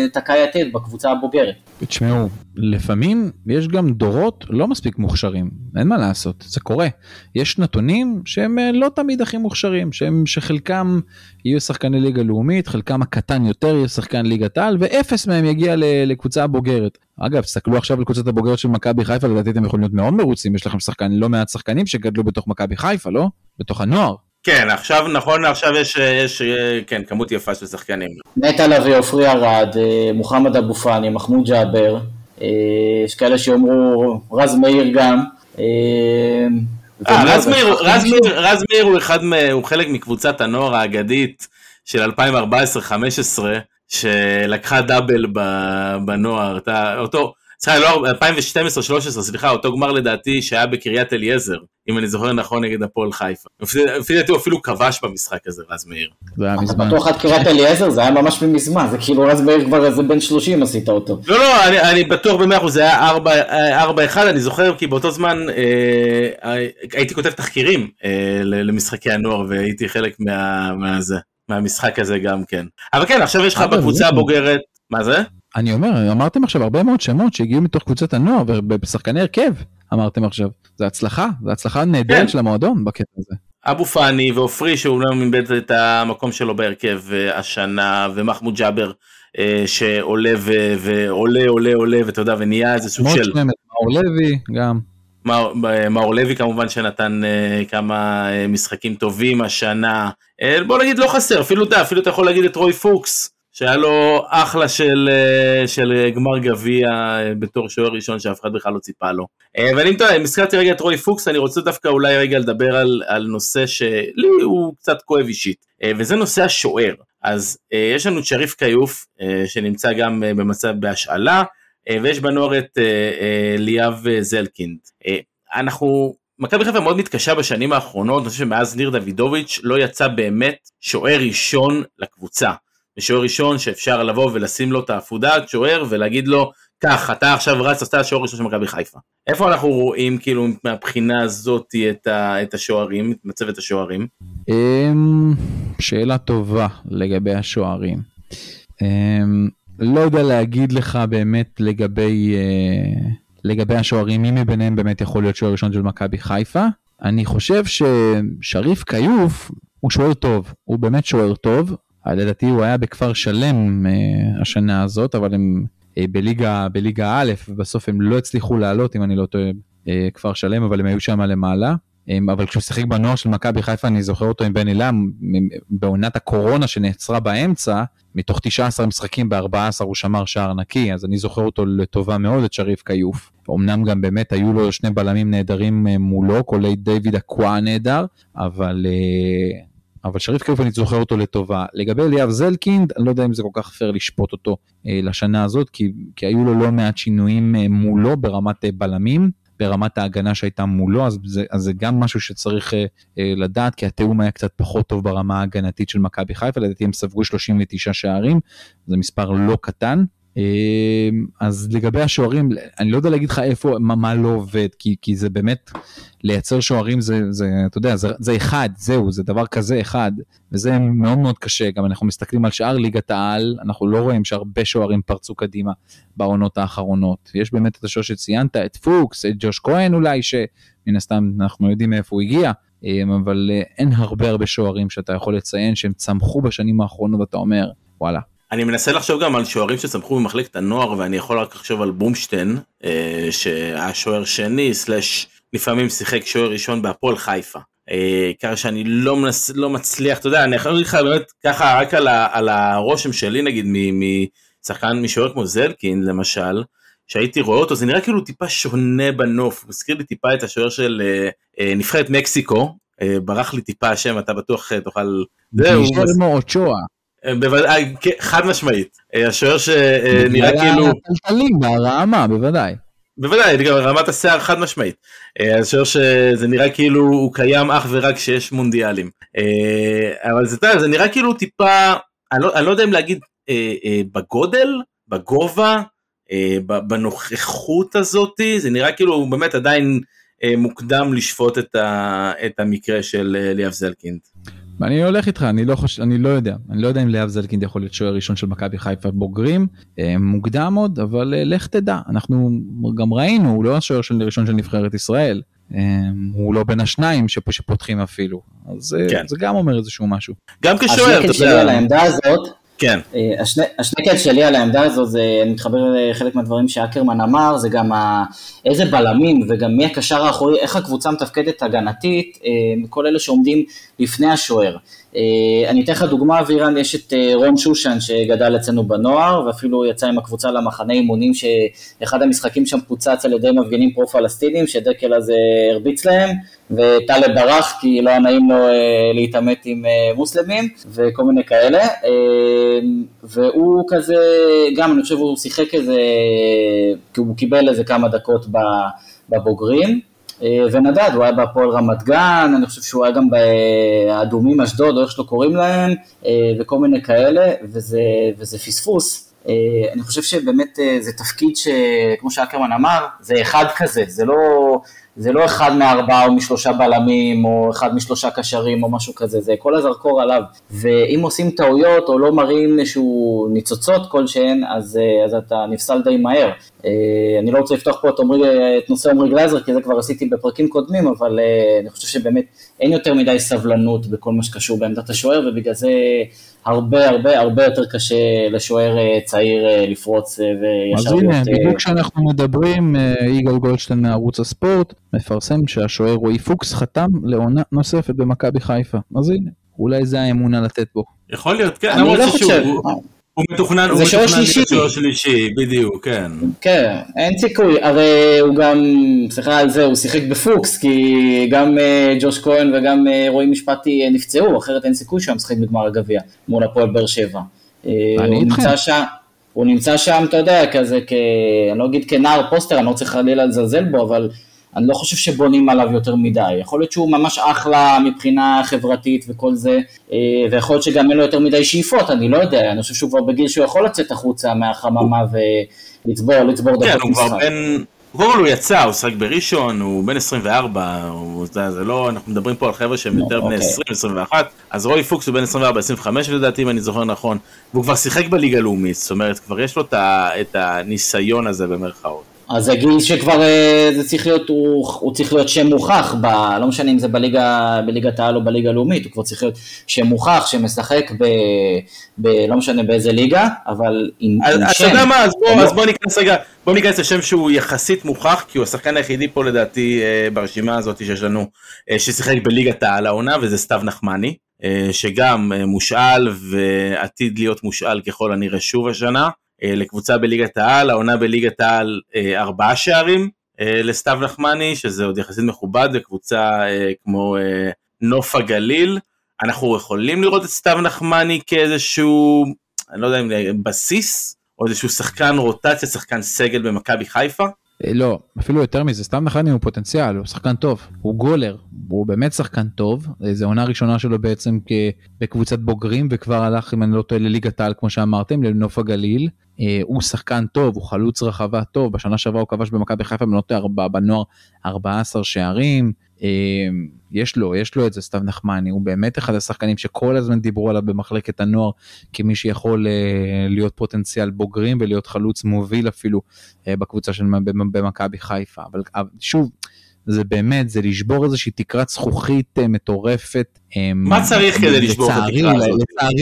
תקע יתד בקבוצה הבוגרת. תשמעו, לפעמים יש גם דורות לא מספיק מוכשרים, אין מה לעשות, זה קורה. יש נתונים שהם לא תמיד הכי מוכשרים, שהם, שחלקם יהיו שחקני ליגה לאומית, חלקם הקטן יותר יהיו שחקן ליגת העל, ואפס מהם יגיע לקבוצה הבוגרת. אגב, תסתכלו עכשיו על קבוצת הבוגרת של מכבי חיפה, לדעתי אתם יכולים להיות מאוד מרוצים, יש לכם שחקן, לא מעט שחקנים שגדלו בתוך מכבי חיפה, לא? בתוך הנוער. כן, עכשיו, נכון, עכשיו יש, יש, כן, כמות יפה של שחקנים. נטע לביא, עופרי ארד, מוחמד אבו פאני, מחמוד ג'אבר, יש כאלה שאומרו רז מאיר גם. רז מאיר, רז מאיר, רז מאיר הוא אחד, הוא חלק מקבוצת הנוער האגדית של אלפיים וארבע עשרה חמש עשרה, שלקחה דאבל בנוער, אותו, סליחה, לא, אלפיים ושתים עשרה שלוש עשרה, סליחה, אותו גמר לדעתי שהיה בקריית אליעזר, אם אני זוכר נכון, נגד הפועל חיפה. לפי דעתי הוא אפילו כבש במשחק הזה, רז מאיר. זה היה מזמן. בטוח עד קריית אליעזר, זה היה ממש מזמן, זה כאילו רז מאיר כבר איזה בן שלושים עשית אותו. לא, לא, אני, אני בטוח במאה אחוז, זה היה ארבע אחד, אני זוכר כי באותו זמן אה, הייתי כותב תחקירים אה, למשחקי הנוער, והייתי חלק מה, מה זה, מהמשחק הזה גם כן. אבל כן, עכשיו יש לך בקבוצה הבוגרת, מה זה? אני אומר, אמרתם עכשיו הרבה מאוד שמות שהגיעו מתוך קבוצת הנוער, ובשחקני הרכב, אמרתם עכשיו, זה הצלחה, זה הצלחה נהדרת כן. של המועדון בקטע הזה. אבו פאני ועופרי, שהוא לא מבד את המקום שלו בהרכב השנה, ומחמוד ג'אבר, שעולה ו- ועולה, עולה, עולה, ואתה יודע, ונהיה איזה סוג של... מאור לוי גם. מאור, מאור לוי כמובן שנתן כמה משחקים טובים השנה, בוא נגיד לא חסר, אפילו אתה, אפילו אתה יכול להגיד את רוי פוקס, שהיה לו אחלה של, של גמר גביע בתור שוער ראשון שאף אחד בכלל לא ציפה לו. ואני מזכרתי רגע את רוי פוקס, אני רוצה דווקא אולי רגע לדבר על, על נושא שלי הוא קצת כואב אישית, וזה נושא השוער. אז יש לנו את שריף קיוף, שנמצא גם במצב בהשאלה, ויש בנוער את ליאב זלקינד. אנחנו, מכבי חיפה מאוד מתקשה בשנים האחרונות, אני חושב שמאז ניר דוידוביץ' לא יצא באמת שוער ראשון לקבוצה. שוער ראשון שאפשר לבוא ולשים לו את העפודת שוער ולהגיד לו, כך, אתה עכשיו רץ, עשתה שוער ראשון של מכבי חיפה. איפה אנחנו רואים כאילו מהבחינה הזאת את, ה, את השוערים, את מצבת השוערים? שאלה טובה לגבי השוערים. לא יודע להגיד לך באמת לגבי, לגבי השוערים, מי מביניהם באמת יכול להיות שוער ראשון של מכבי חיפה. אני חושב ששריף קיוף הוא שוער טוב, הוא באמת שוער טוב, לדעתי הוא היה בכפר שלם uh, השנה הזאת, אבל הם uh, בליגה, בליגה א', ובסוף הם לא הצליחו לעלות, אם אני לא טועה, uh, כפר שלם, אבל הם היו שם למעלה. Um, אבל כשהוא שיחק בנוער של מכבי חיפה, אני זוכר אותו עם בן אילם, בעונת הקורונה שנעצרה באמצע, מתוך תשעה עשר משחקים ב-ארבעה עשר הוא שמר שער נקי, אז אני זוכר אותו לטובה מאוד, את שריף קיוף. אמנם גם באמת היו לו שני בלמים נהדרים uh, מולו, כולי דיוויד אקווה נהדר, אבל... Uh, אבל שריף קיוף אני זוכר אותו לטובה. לגבי ליאב זלקינד, אני לא יודע אם זה כל כך פייר לשפוט אותו אה, לשנה הזאת, כי, כי היו לו לא מעט שינויים אה, מולו ברמת אה, בלמים, ברמת ההגנה שהייתה מולו, אז זה, אז זה גם משהו שצריך אה, אה, לדעת, כי התאום היה קצת פחות טוב ברמה ההגנתית של מכבי חיפה, לדעתי הם ספגו שלושים ותשעה שערים, זה מספר לא קטן. אז לגבי השוערים, אני לא יודע להגיד לך איפה, מה, מה לא עובד, כי, כי זה באמת, לייצר שוערים זה, זה, אתה יודע, זה, זה אחד, זהו, זה דבר כזה אחד, וזה מאוד מאוד קשה, גם אנחנו מסתכלים על שאר ליגת העל, אנחנו לא רואים שהרבה שוערים פרצו קדימה בעונות האחרונות, יש באמת את השוער שציינת, את פוקס, את ג'וש כהן אולי, שמן הסתם אנחנו יודעים מאיפה הוא הגיע, אבל אין הרבה הרבה שוערים שאתה יכול לציין, שהם צמחו בשנים האחרונות, ואתה אומר, וואלה, אני מנסה לחשוב גם על שוערים שצמחו במחלקת הנוער, ואני יכול רק לחשוב על בומשטיין, שהיה שוער שני, סלש לפעמים שיחק שוער ראשון בהפועל חיפה. ככה שאני לא, מנס, לא מצליח, אתה יודע, אני יכול להגיד לך באמת ככה רק על, ה, על הרושם שלי, נגיד, משחקן משוער כמו זלקין, למשל, שהייתי רואה אותו, זה נראה כאילו טיפה שונה בנוף, הוא מזכיר לי טיפה את השוער של נבחרת מקסיקו, ברח לי טיפה השם, אתה בטוח תוכל... גילרמו אוצ'ואה. בוודאי, חד משמעית, השוער שנראה כאילו... טלטלים ברמה, בוודאי. בוודאי, גם רמת השיער חד משמעית. השוער שזה נראה כאילו הוא קיים אך ורק שיש מונדיאלים. אבל זה, זה נראה כאילו טיפה, אני לא, אני לא יודע אם להגיד בגודל, בגובה, בנוכחות הזאת, זה נראה כאילו הוא באמת עדיין מוקדם לשפוט את, ה, את המקרה של ליאב זלקינד. אני הולך איתך, אני לא חושב, אני לא יודע, אני לא יודע אם לאב זלקינד יכול להיות שוער ראשון של מכבי חיפה בוגרים, מוקדם עוד, אבל לך תדע, אנחנו גם ראינו, הוא לא השוער של ראשון של נבחרת ישראל, הוא לא בין השניים שפותחים אפילו, אז זה גם אומר איזשהו משהו. גם כשוער, השנקל שלי על העמדה הזאת, כן. השני, השנקל שלי על העמדה הזו, זה, אני מתחבר לחלק מהדברים שאקרמן אמר, זה גם ה, איזה בלמים וגם מי הקשר האחורי, איך הקבוצה מתפקדת הגנתית, מכל אלה שעומדים לפני השוער. אני אתן לך דוגמה, וירן, יש את רון שושן שגדל אצלנו בנוער, ואפילו יצא עם הקבוצה למחנה אימונים, שאחד המשחקים שם פוצץ על ידי מפגינים פרו-פלסטינים, שדקל הזה הרביץ להם, וטלב ברח כי לא היה נעים לו להתעמת עם מוסלמים, וכל מיני כאלה, והוא כזה, גם אני חושב הוא שיחק איזה, כי הוא קיבל איזה כמה דקות בבוגרים, ונדד, הוא היה בהפועל רמת גן, אני חושב שהוא היה גם באדומים אשדוד, או איך שלא קוראים להם, וכל מיני כאלה, וזה, וזה פספוס. אני חושב שבאמת זה תפקיד שכמו שאקרמן אמר, זה אחד כזה, זה לא, זה לא אחד מארבעה או משלושה בלמים, או אחד משלושה קשרים או משהו כזה, זה כל הזרקור עליו. ואם עושים טעויות או לא מראים איזשהו ניצוצות כלשהן, אז, אז אתה נפסל די מהר. אני לא רוצה לפתוח פה את, אומרי, את נושא עומרי גלייזר, כי זה כבר עשיתי בפרקים קודמים, אבל אני חושב שבאמת אין יותר מדי סבלנות בכל מה שקשור בעמדת השוער, ובגלל זה הרבה הרבה הרבה יותר קשה לשוער צעיר לפרוץ וישר להיות... אז הנה, בדיוק כשאנחנו מדברים, יגאל גולדשטיין מערוץ הספורט, מפרסם שהשוער רועי פוקס חתם לעונה נוספת במכבי חיפה. אז הנה, אולי זה האמונה לתת בו. יכול להיות, כן. אני לא חושב... הוא מתוכנן, הוא מתוכנן להיות שלישי, בדיוק, כן. כן, אין סיכוי, הרי הוא גם, סליחה על זה, הוא שיחק בפוקס, כי גם ג'וש כהן וגם רועי משפטי נפצעו, אחרת אין סיכוי שהוא משחק בגמר הגביע, מול הפועל באר שבע. הוא נמצא שם, הוא נמצא שם, אתה יודע, כזה, אני לא אגיד כנער פוסטר, אני לא צריך חלילה לזלזל בו, אבל אני לא חושב שבונים עליו יותר מדי, יכול להיות שהוא ממש אחלה מבחינה חברתית וכל זה, ויכול להיות שגם אין לו יותר מדי שאיפות, אני לא יודע, אני חושב שהוא כבר בגיל שהוא יכול לצאת החוצה מהחממה ולצבור, לצבור דקות משחק. הוא יצא, הוא שחק בראשון, הוא בן עשרים וארבע, זה לא, אנחנו מדברים פה על חבר'ה שהם יותר בני עשרים, עשרים ואחת, אז רועי פוקס הוא בן עשרים וארבע, עשרים וחמש לדעתי, אם אני זוכר נכון, והוא כבר שיחק בליגה הלאומית, זאת אומרת, כבר יש לו את הניסיון הזה במרכאות. אז זה גיל שכבר זה צריך להיות, הוא, הוא צריך להיות שם מוכח, ב, לא משנה אם זה בליגה, בליגת העל או בליגה הלאומית, הוא כבר צריך להיות שם מוכח, שמשחק ב, ב, לא משנה באיזה ליגה, אבל עם, אז, עם אז שם. אתה יודע מה, אז בוא, אז בוא ניכנס רגע, בוא ניכנס לשם שהוא יחסית מוכח, כי הוא השחקן היחידי פה לדעתי ברשימה הזאת שיש לנו, ששיחק בליגת העל העונה, וזה סתיו נחמני, שגם מושאל ועתיד להיות מושאל ככל הנראה שוב השנה, לקבוצה בליגת העל, העונה בליגת העל ארבעה שערים לסתיו נחמני, שזה עוד יחסית מכובד, לקבוצה כמו נוף הגליל. אנחנו יכולים לראות את סתיו נחמני כאיזשהו, אני לא יודע אם בסיס, או איזשהו שחקן רוטציה, שחקן סגל במכבי חיפה? לא, אפילו יותר מזה, סתיו נחמני הוא פוטנציאל, הוא שחקן טוב, הוא גולר, הוא באמת שחקן טוב, זו עונה ראשונה שלו בעצם בקבוצת בוגרים, וכבר הלך, אם אני לא טועה, לליגת העל, כמו שאמרתם, לנוף הגליל, הוא שחקן טוב, הוא חלוץ רחבה טוב, בשנה שעברה הוא כבש במכבי חיפה, בנוער ארבעה עשר שערים, יש לו, יש לו את זה סתיו נחמני, הוא באמת אחד השחקנים שכל הזמן דיברו עליו במחלקת הנוער, כמי שיכול להיות פוטנציאל בוגרים, ולהיות חלוץ מוביל אפילו בקבוצה של במכבי חיפה, אבל שוב, זה באמת, זה לשבור איזושהי תקרת זכוכית מטורפת. מה צריך כדי לשבור את התקרה הזאת?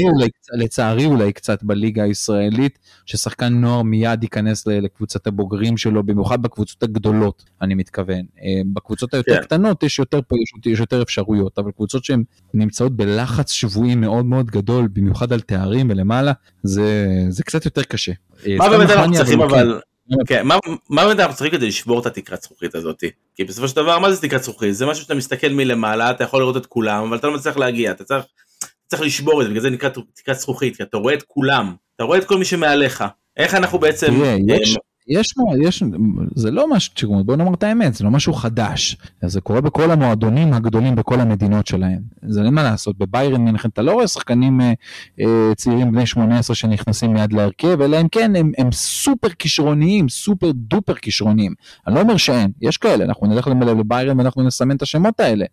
לצערי אולי קצת בליגה הישראלית, ששחקן נוער מיד ייכנס לקבוצת הבוגרים שלו, במיוחד בקבוצות הגדולות, אני מתכוון. בקבוצות היותר קטנות יש יותר, יש יותר אפשרויות, אבל קבוצות שהן נמצאות בלחץ שבועי מאוד מאוד גדול, במיוחד על תארים ולמעלה, זה, זה קצת יותר קשה. מה באמת אנחנו צריכים אבל... כן, מה, מה באמת אנחנו צריכים כדי לשבור את התקרת זכוכית הזאת? כי בסופו של דבר, מה זה תקרת זכוכית? זה משהו שאתה מסתכל מלמעלה, אתה יכול לראות את כולם, אבל אתה לא מצליח להגיע, אתה צריך, צריך לשבור את זה, בגלל זה נקרא תקרת זכוכית, כי אתה רואה את כולם, אתה רואה את כל מי שמעליך. איך אנחנו בעצם... יש, יש, יש, זה לא משהו, בוא נאמר את האמת, זה לא משהו חדש, זה קורה בכל המועדונים הגדולים בכל המדינות שלהם, זה אין מה לעשות, בביירן מינכן אתה לא רואה שחקנים אה, צעירים בני שמונה עשרה שנכנסים מיד להרכב, אלא הם כן, הם, הם סופר כישרוניים, סופר דופר כישרוניים, אני לא אומר שאין, יש כאלה, אנחנו נלך לביירן ואנחנו נסמן את השמות האלה,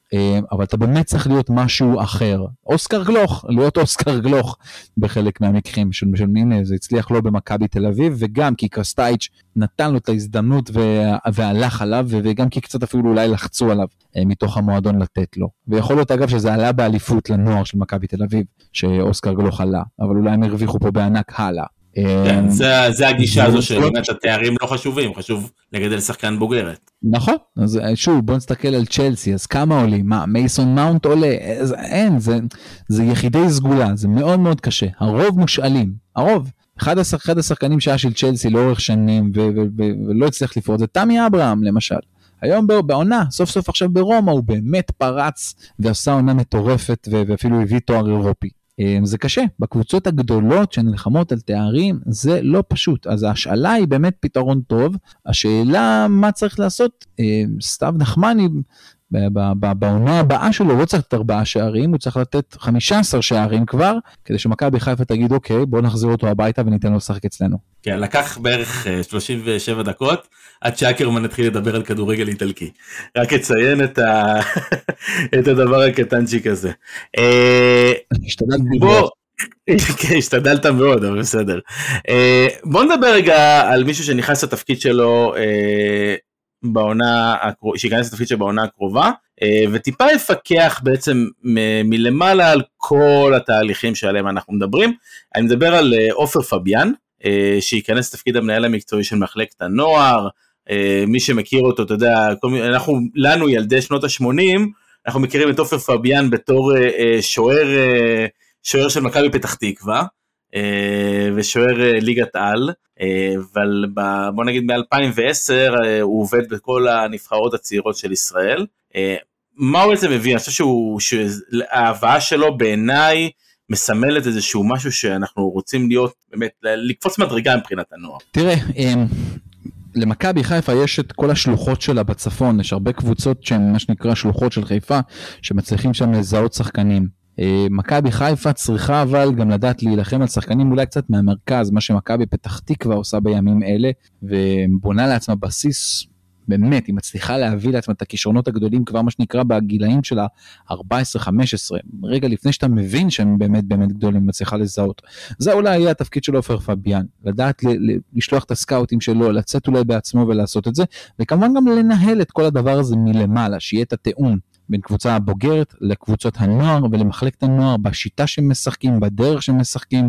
אבל אתה באמת צריך להיות משהו אחר. אוסקר גלוך, להיות אוסקר גלוך בחלק מהמקרים של משלמים, זה הצליח לו במכבי תל אביב, וגם כי קרסטייץ' נתן לו את ההזדמנות והלך עליו, וגם כי קצת אפילו אולי לחצו עליו מתוך המועדון לתת לו. ויכול להיות אגב שזה עלה באליפות לנוער של מכבי תל אביב, שאוסקר גלוך עלה, אבל אולי הם הרוויחו פה בענק הלאה. כן, זה הגישה הזו שבאמת התארים לא חשובים, חשוב לגדל שחקן בוגרת. נכון, אז שוב בוא נסתכל על צ'לסי, אז כמה עולים? מה, מייסון מאונט עולה? אין, זה יחידי סגולה, זה מאוד מאוד קשה, הרוב מושאלים, הרוב. אחד השחקנים שהיה של צ'לסי לאורך שנים ולא הצליח לפרוט, זה תמי אברהם למשל. היום בעונה, סוף סוף עכשיו ברומא, הוא באמת פרץ ועשה עונה מטורפת ואפילו הביא תואר אירופי. זה קשה, בקבוצות הגדולות שנלחמות על תארים זה לא פשוט, אז ההשאלה היא באמת פתרון טוב, השאלה מה צריך לעשות, סתיו נחמני בעונה הבאה שלו לא צריך לתת ארבעה שערים, הוא צריך לתת חמישה עשר שערים כבר, כדי שמכבי חיפה תגיד אוקיי בוא נחזיר אותו הביתה וניתן לו לשחק אצלנו. כן, לקח בערך שלושים ושבע דקות עד שאקרמן התחיל לדבר על כדורגל איטלקי, רק אציין את, ה... את הדבר הקטנצ'יק הזה. בוא, השתדלת מאוד, אבל בסדר. בוא נדבר רגע על מישהו שנכנס לתפקיד שלו בעונה, שיכנס לתפקיד שבעונה הקרובה, וטיפה יפקח בעצם מלמעלה על כל התהליכים שעליהם אנחנו מדברים. אני מדבר על עופר פביאן, שיכנס לתפקיד המנהל המקצועי של מחלקת הנוער. מי שמכיר אותו, אתה יודע, אנחנו, לנו ילדי שנות ה-שמונים, אנחנו מכירים את עופר פביאן בתור שוער, שוער של מכבי פתח תקווה, ושוער ליגת על, אבל בוא נגיד מ-אלפיים ועשר הוא עובד בכל הנבחרות הצעירות של ישראל. מה הוא בעצם מביא? אני חושב שההבאה שלו בעיניי מסמלת איזשהו משהו שאנחנו רוצים להיות, באמת, לקפוץ מדרגה מבחינת הנוער. תראה, למכבי חיפה יש את כל השלוחות שלה בצפון, יש הרבה קבוצות שהן מה שנקרא שלוחות של חיפה, שמצליחים שם לזהות שחקנים. מכבי חיפה צריכה אבל גם לדעת להילחם על שחקנים אולי קצת מהמרכז, מה שמכבי פתח תקווה עושה בימים אלה, ובונה לעצמה בסיס, באמת, היא מצליחה להביא לעצמה את הכישרונות הגדולים כבר מה שנקרא בגילאים של ה-ארבע עשרה חמש עשרה, רגע לפני שאתה מבין שהם באמת באמת גדולים, מצליחה לזהות. זה אולי יהיה התפקיד של עופר פביאן, לדעת לשלוח את הסקאוטים שלו, לצאת אולי בעצמו ולעשות את זה, וכמובן גם לנהל את כל הדבר הזה מלמעלה, שיהיה את התאום בין קבוצה הבוגרת לקבוצות הנוער ולמחלקת הנוער, בשיטה שהם משחקים, בדרך שהם משחקים.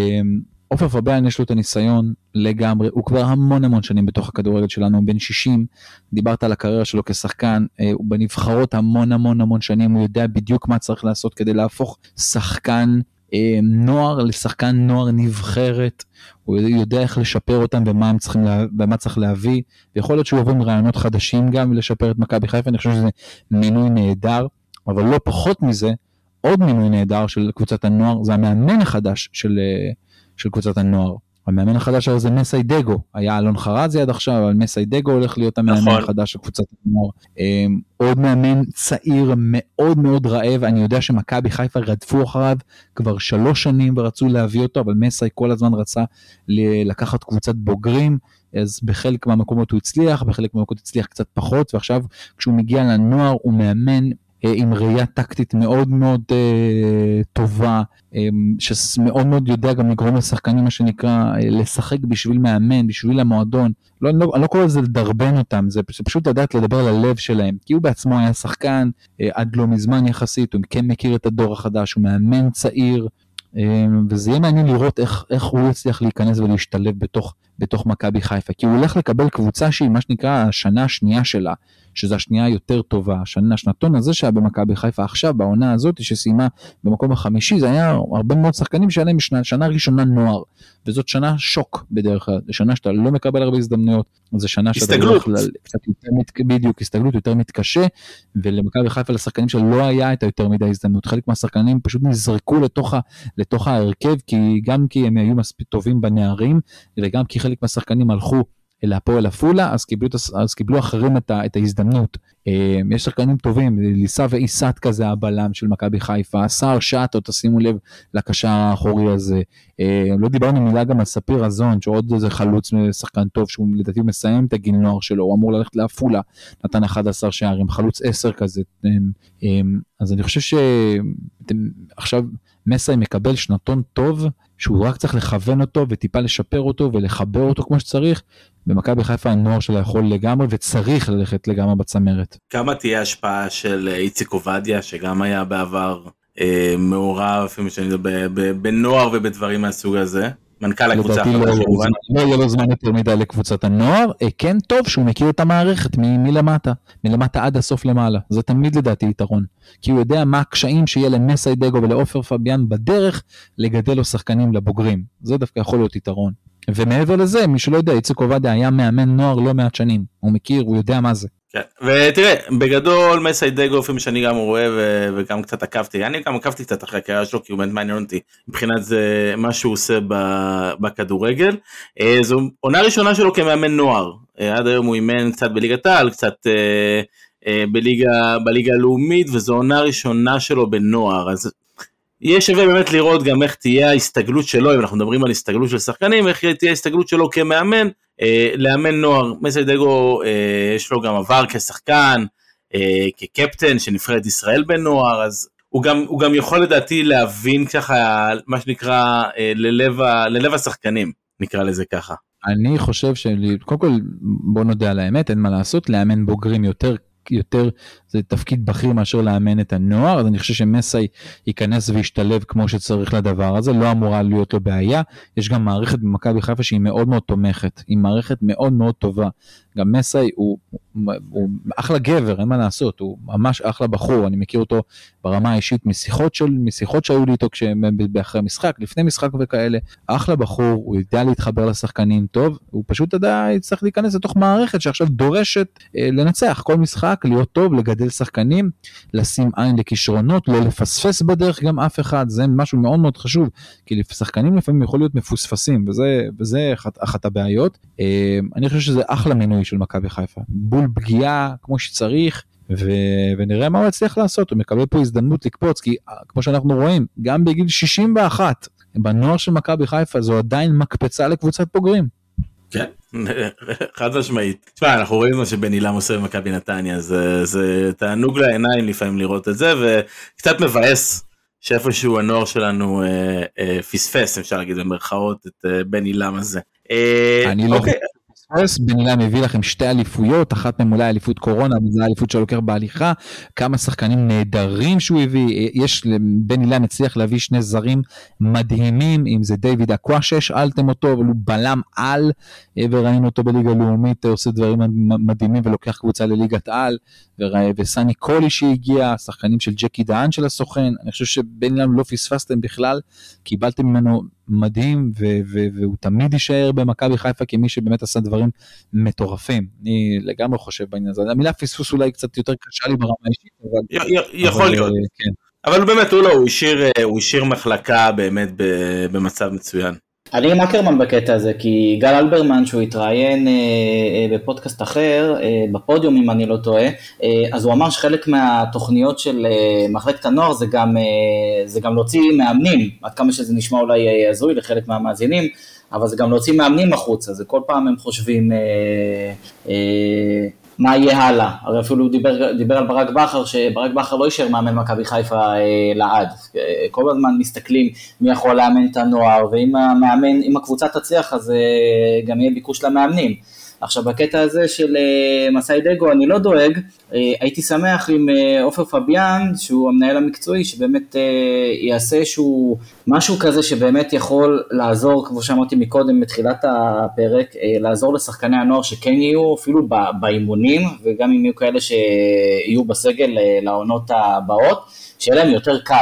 עופר פביאן יש לו את הניסיון לגמרי, הוא כבר המון המון שנים בתוך הכדורגל שלנו, הוא בן שישים, דיברת על הקריירה שלו כשחקן, הוא בנבחרות המון המון המון שנים, הוא יודע בדיוק מה צריך לעשות כדי להפוך שחקן נוער לשחקן נוער נבחרת, הוא יודע איך לשפר אותם ומה, צריכים לה, ומה צריך להביא, ויכול להיות שהוא עובר עם רעיונות חדשים גם לשפר את מכבי חיפה, אני חושב שזה מינוי נהדר, אבל לא פחות מזה, עוד מינוי נהדר של קבוצת הנוער, זה המאמן החדש של, של קבוצת הנוער, המאמן החדש הזה זה מסיידגו, היה אלון חרזי עד עכשיו, אבל מסיידגו הולך להיות המאמן נכון. החדש של קבוצת הנוער, עוד מאמן צעיר מאוד מאוד רעב, אני יודע שמכבי חיפה רדפו אחריו כבר שלוש שנים ורצו להביא אותו, אבל מסי כל הזמן רצה לקחת קבוצת בוגרים, אז בחלק מהמקומות הוא הצליח, בחלק מהמקומות הצליח קצת פחות, ועכשיו כשהוא מגיע לנוער הוא מאמן עם ראייה טקטית מאוד מאוד uh, טובה, um, שמאוד מאוד יודע גם לגרום לשחקנים מה שנקרא, uh, לשחק בשביל מאמן, בשביל המועדון, לא, לא, אני לא קורא לזה לדרבן אותם, זה פשוט לדעת לדבר על הלב שלהם, כי הוא בעצמו היה שחקן, uh, עד לא מזמן יחסית, הוא כן מכיר את הדור החדש, הוא מאמן צעיר, um, וזה יהיה מעניין לראות איך, איך הוא יצליח להיכנס ולהשתלב בתוך, בתוך מכבי חיפה, כי הוא הולך לקבל קבוצה שהיא מה שנקרא השנה השנייה שלה, שזו השנייה היותר טובה, השנה, השנתון הזה שהיה במכבי חיפה עכשיו, בעונה הזאת שסיימה במקום החמישי, זה היה הרבה מאוד שחקנים שהיה להם שנה, שנה ראשונה נוער, וזאת שנה שוק בדרך כלל, זה שנה שאתה לא מקבל הרבה הזדמנויות, זה שנה שאתה הסתגלות. לא קצת יותר, בדיוק, הסתגלות יותר מתקשה, ולמכבי חיפה לשחקנים שלא היה את היותר מדי הזדמנות, חלק מהשחקנים פשוט נזרקו לתוך, לתוך ההרכב, כי גם כי הם היו מספיק טובים בנערים, וגם כי חלק מהשחקנים הלכו להפועל עפולה, אז קיבלו, אז קיבלו אחרים את, ה, את ההזדמנות. יש שחקנים טובים, ליסה ואיסת כזה הבלם של מכבי חיפה, סער שטו, תשימו לב לקשר האחורי הזה. לא דיברנו מילה גם על ספיר רזון, שעוד איזה חלוץ שחקן טוב, שהוא לדעתי מסיים את הגיל נוער שלו, הוא אמור ללכת לעפולה, נתן אחד עשר שערים, חלוץ עשר כזה. אז אני חושב שעכשיו מסי מקבל שנתון טוב, שהוא רק צריך לכוון אותו וטיפה לשפר אותו ולחבר אותו כמו שצריך, במכבי חיפה הנוער שלה יכול לגמרי וצריך ללכת לגמרי בצמרת. כמה תהיה השפעה של איציק עובדיה, שגם היה בעבר אה, מעורב, בנוער ובדברים מהסוג הזה? מנכ"ל הקבוצה. לא יהיה לו זמן יותר מדי לקבוצת הנוער, כן טוב שהוא מכיר את המערכת מלמטה, מלמטה עד הסוף למעלה, זה תמיד לדעתי יתרון, כי הוא יודע מה הקשיים שיהיה למסי דגו ולעופר פביאן בדרך לגדל לו שחקנים לבוגרים, זה דווקא יכול להיות יתרון. ומעבר לזה, מי שלא יודע, איציק עובדיה היה מאמן נוער לא מעט שנים, הוא מכיר, הוא יודע מה זה. כן. ותראה, בגדול מסי דגו, לפעמים שאני גם רואה ו- וגם קצת עקבתי, אני גם עקבתי קצת אחרי הקריירה שלו, כי הוא באמת מעניין אותי, מבחינת זה מה שהוא עושה ב- בכדורגל. זו עונה ראשונה שלו כמאמן נוער, עד היום הוא אימן קצת בליגת העל, קצת בליגה, בליגה הלאומית, וזו עונה ראשונה שלו בנוער, אז יהיה שווה באמת לראות גם איך תהיה ההסתגלות שלו, אם אנחנו מדברים על הסתגלות של שחקנים, איך תהיה ההסתגלות שלו כמאמן, אה, לאמן נוער. מסי דגו אה, יש לו גם עבר כשחקן, אה, כקפטן שנבחרת ישראל בנוער, אז הוא גם, הוא גם יכול לדעתי להבין ככה, מה שנקרא, אה, ללב, ללב השחקנים, נקרא לזה ככה. אני חושב שקודם כל, בוא נודע על האמת, אין מה לעשות, לאמן בוגרים יותר יותר, זה תפקיד בכיר מאשר לאמן את הנוער, אז אני חושב שמסי ייכנס וישתלב כמו שצריך לדבר הזה, לא אמורה להיות לו בעיה, יש גם מערכת במכבי חיפה שהיא מאוד מאוד תומכת, היא מערכת מאוד מאוד טובה, גם מסי הוא, הוא, הוא אחלה גבר, אין מה לעשות, הוא ממש אחלה בחור, אני מכיר אותו ברמה האישית משיחות, של, משיחות שהיו לי איתו אחרי משחק, לפני משחק וכאלה, אחלה בחור, הוא יודע להתחבר לשחקנים טוב, הוא פשוט עדיין צריך להיכנס לתוך מערכת שעכשיו דורשת אה, לנצח כל משחק, להיות טוב, לגדל שחקנים, לשים עין לכישרונות, לא לפספס בדרך גם אף אחד, זה משהו מאוד מאוד חשוב, כי שחקנים לפעמים יכול להיות מפוספסים, וזה, וזה אחת, אחת הבעיות. אה, אני חושב שזה אחלה מינוי של מכבי חיפה, בול פגיעה כמו שצריך, ו... ונראה מה הוא הצליח לעשות, הוא מקבל פה הזדמנות לקפוץ, כי כמו שאנחנו רואים, גם בגיל שישים ואחת, בנוער של מכבי חיפה, זו עדיין מקפצה לקבוצת בוגרים. כן, חד משמעית. תשמע, אנחנו רואים מה שבן אילם עושה במכבי נתניה, זה, זה תענוג לעיניים לפעמים לראות את זה, וקצת מבאס שאיפשהו הנוער שלנו אה, אה, פספס, אפשר להגיד במרכאות, את אה, בן אילם הזה. אה, אני לא... אוקיי. בן אילם הביא לכם שתי אליפויות, אחת מהם אולי אליפות קורונה, וזה אליפות שלוקח בהליכה, כמה שחקנים נהדרים שהוא הביא, יש, בן אילם הצליח להביא שני זרים מדהימים, אם זה דיוויד אקווה שהשאלתם אותו, אבל הוא בלם על, וראינו אותו בליגה לאומית, עושה דברים מדהימים ולוקח קבוצה לליגת על, וסני קולי שהגיע, שחקנים של ג'קי דהן של הסוכן, אני חושב שבן אילם לא פספסתם בכלל, קיבלתם ממנו מדהים, ו- ו- והוא תמיד יישאר במכבי חיפה, כמי שבאמת עשה דברים מטורפים. אני לגמרי חושב בעניין הזה. המילה פספוס אולי קצת יותר קשה לי ברמה האישית, אבל... י- יכול אבל, להיות. כן. אבל באמת הוא לא, הוא השאיר, הוא השאיר מחלקה באמת במצב מצוין. אני עם אקרמן בקטע הזה, כי גל אלברמן שהוא התראיין אה, אה, בפודקאסט אחר, אה, בפודיום אם אני לא טועה, אה, אז הוא אמר שחלק מהתוכניות של אה, מחלקת הנוער זה גם, אה, זה גם להוציא מאמנים, עד כמה שזה נשמע אולי הזוי לחלק מהמאזינים, אבל זה גם להוציא מאמנים החוצה, זה כל פעם הם חושבים... אה, אה, מה יהיה הלאה, הרי אפילו הוא דיבר, דיבר על ברק בכר, שברק בכר לא יישאר מאמן מכבי חיפה אה, לעד, כל הזמן מסתכלים מי יכול לאמן את הנוער, ואם המאמן, אם הקבוצה תצליח, אז אה, גם יהיה ביקוש למאמנים. עכשיו בקטע הזה של אה, מסי דגו אני לא דואג, אה, הייתי שמח עם אה, עופר פביאן, שהוא המנהל המקצועי, שבאמת אה, יעשה שהוא משהו כזה שבאמת יכול לעזור, כמו שאמרתי מקודם בתחילת הפרק, אה, לעזור לשחקני הנוער שכן יהיו, אפילו באימונים, וגם אם יהיו כאלה שיהיו בסגל אה, לעונות הבאות, שיהיה להם יותר קל.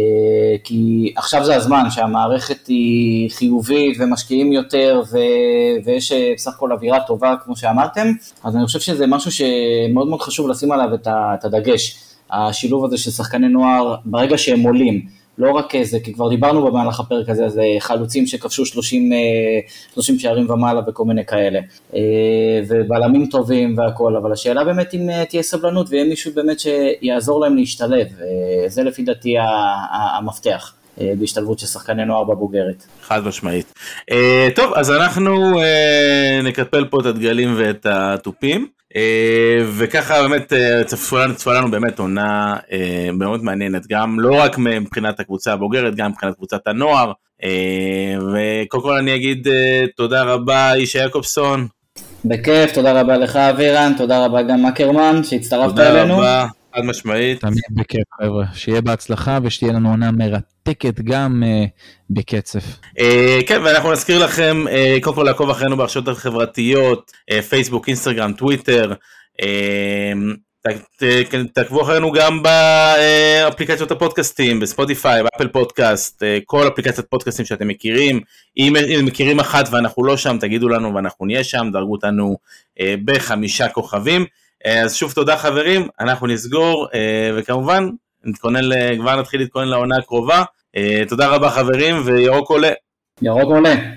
כי עכשיו זה הזמן שהמערכת היא חיובית ומשקיעים יותר ו- ויש בסך הכל אווירה טובה כמו שאמרתם, אז אני חושב שזה משהו שמאוד מאוד חשוב לשים עליו את הדגש, השילוב הזה של שחקני נוער ברגע שהם עולים לא רק זה, כי כבר דיברנו במהלך הפרק הזה, זה חלוצים שכבשו שלושים, שלושים שערים ומעלה וכל מיני כאלה, ובלמים טובים והכל, אבל השאלה באמת אם תהיה סבלנות, ויהיה מישהו באמת שיעזור להם להשתלב, זה לפי דעתי המפתח. בהשתלבות של שחקני נוער בבוגרת. חד משמעית. טוב, אז אנחנו נקפל פה את הדגלים ואת הטופים, וככה באמת צפו לנו באמת עונה מאוד מעניינת, גם לא רק מבחינת הקבוצה הבוגרת, גם מבחינת קבוצת הנוער, וקודם כל אני אגיד תודה רבה אישה יעקובסון. בכיף, תודה רבה לך אבירן, תודה רבה גם אקרמן שהצטרפת אלינו. תודה רבה. חד משמעית. תמיד בכיף חבר'ה, שיהיה בהצלחה ושתהיה לנו עונה מרתקת גם uh, בקצב. Uh, כן, ואנחנו נזכיר לכם, uh, קודם כל לעקוב אחרינו ברשתות החברתיות, uh, פייסבוק, אינסטגרם, טוויטר, uh, ת, ת, תעקבו אחרינו גם באפליקציות הפודקאסטים, בספוטיפיי, באפל פודקאסט, uh, כל אפליקציית פודקאסטים שאתם מכירים, אם, אם מכירים אחת ואנחנו לא שם, תגידו לנו ואנחנו נהיה שם, דרגו אותנו uh, בחמישה כוכבים. אז שוב תודה חברים, אנחנו נסגור, וכמובן נתכונן, כבר נתחיל להתכונן לעונה הקרובה. תודה רבה חברים, וירוק עולה. ירוק עולה.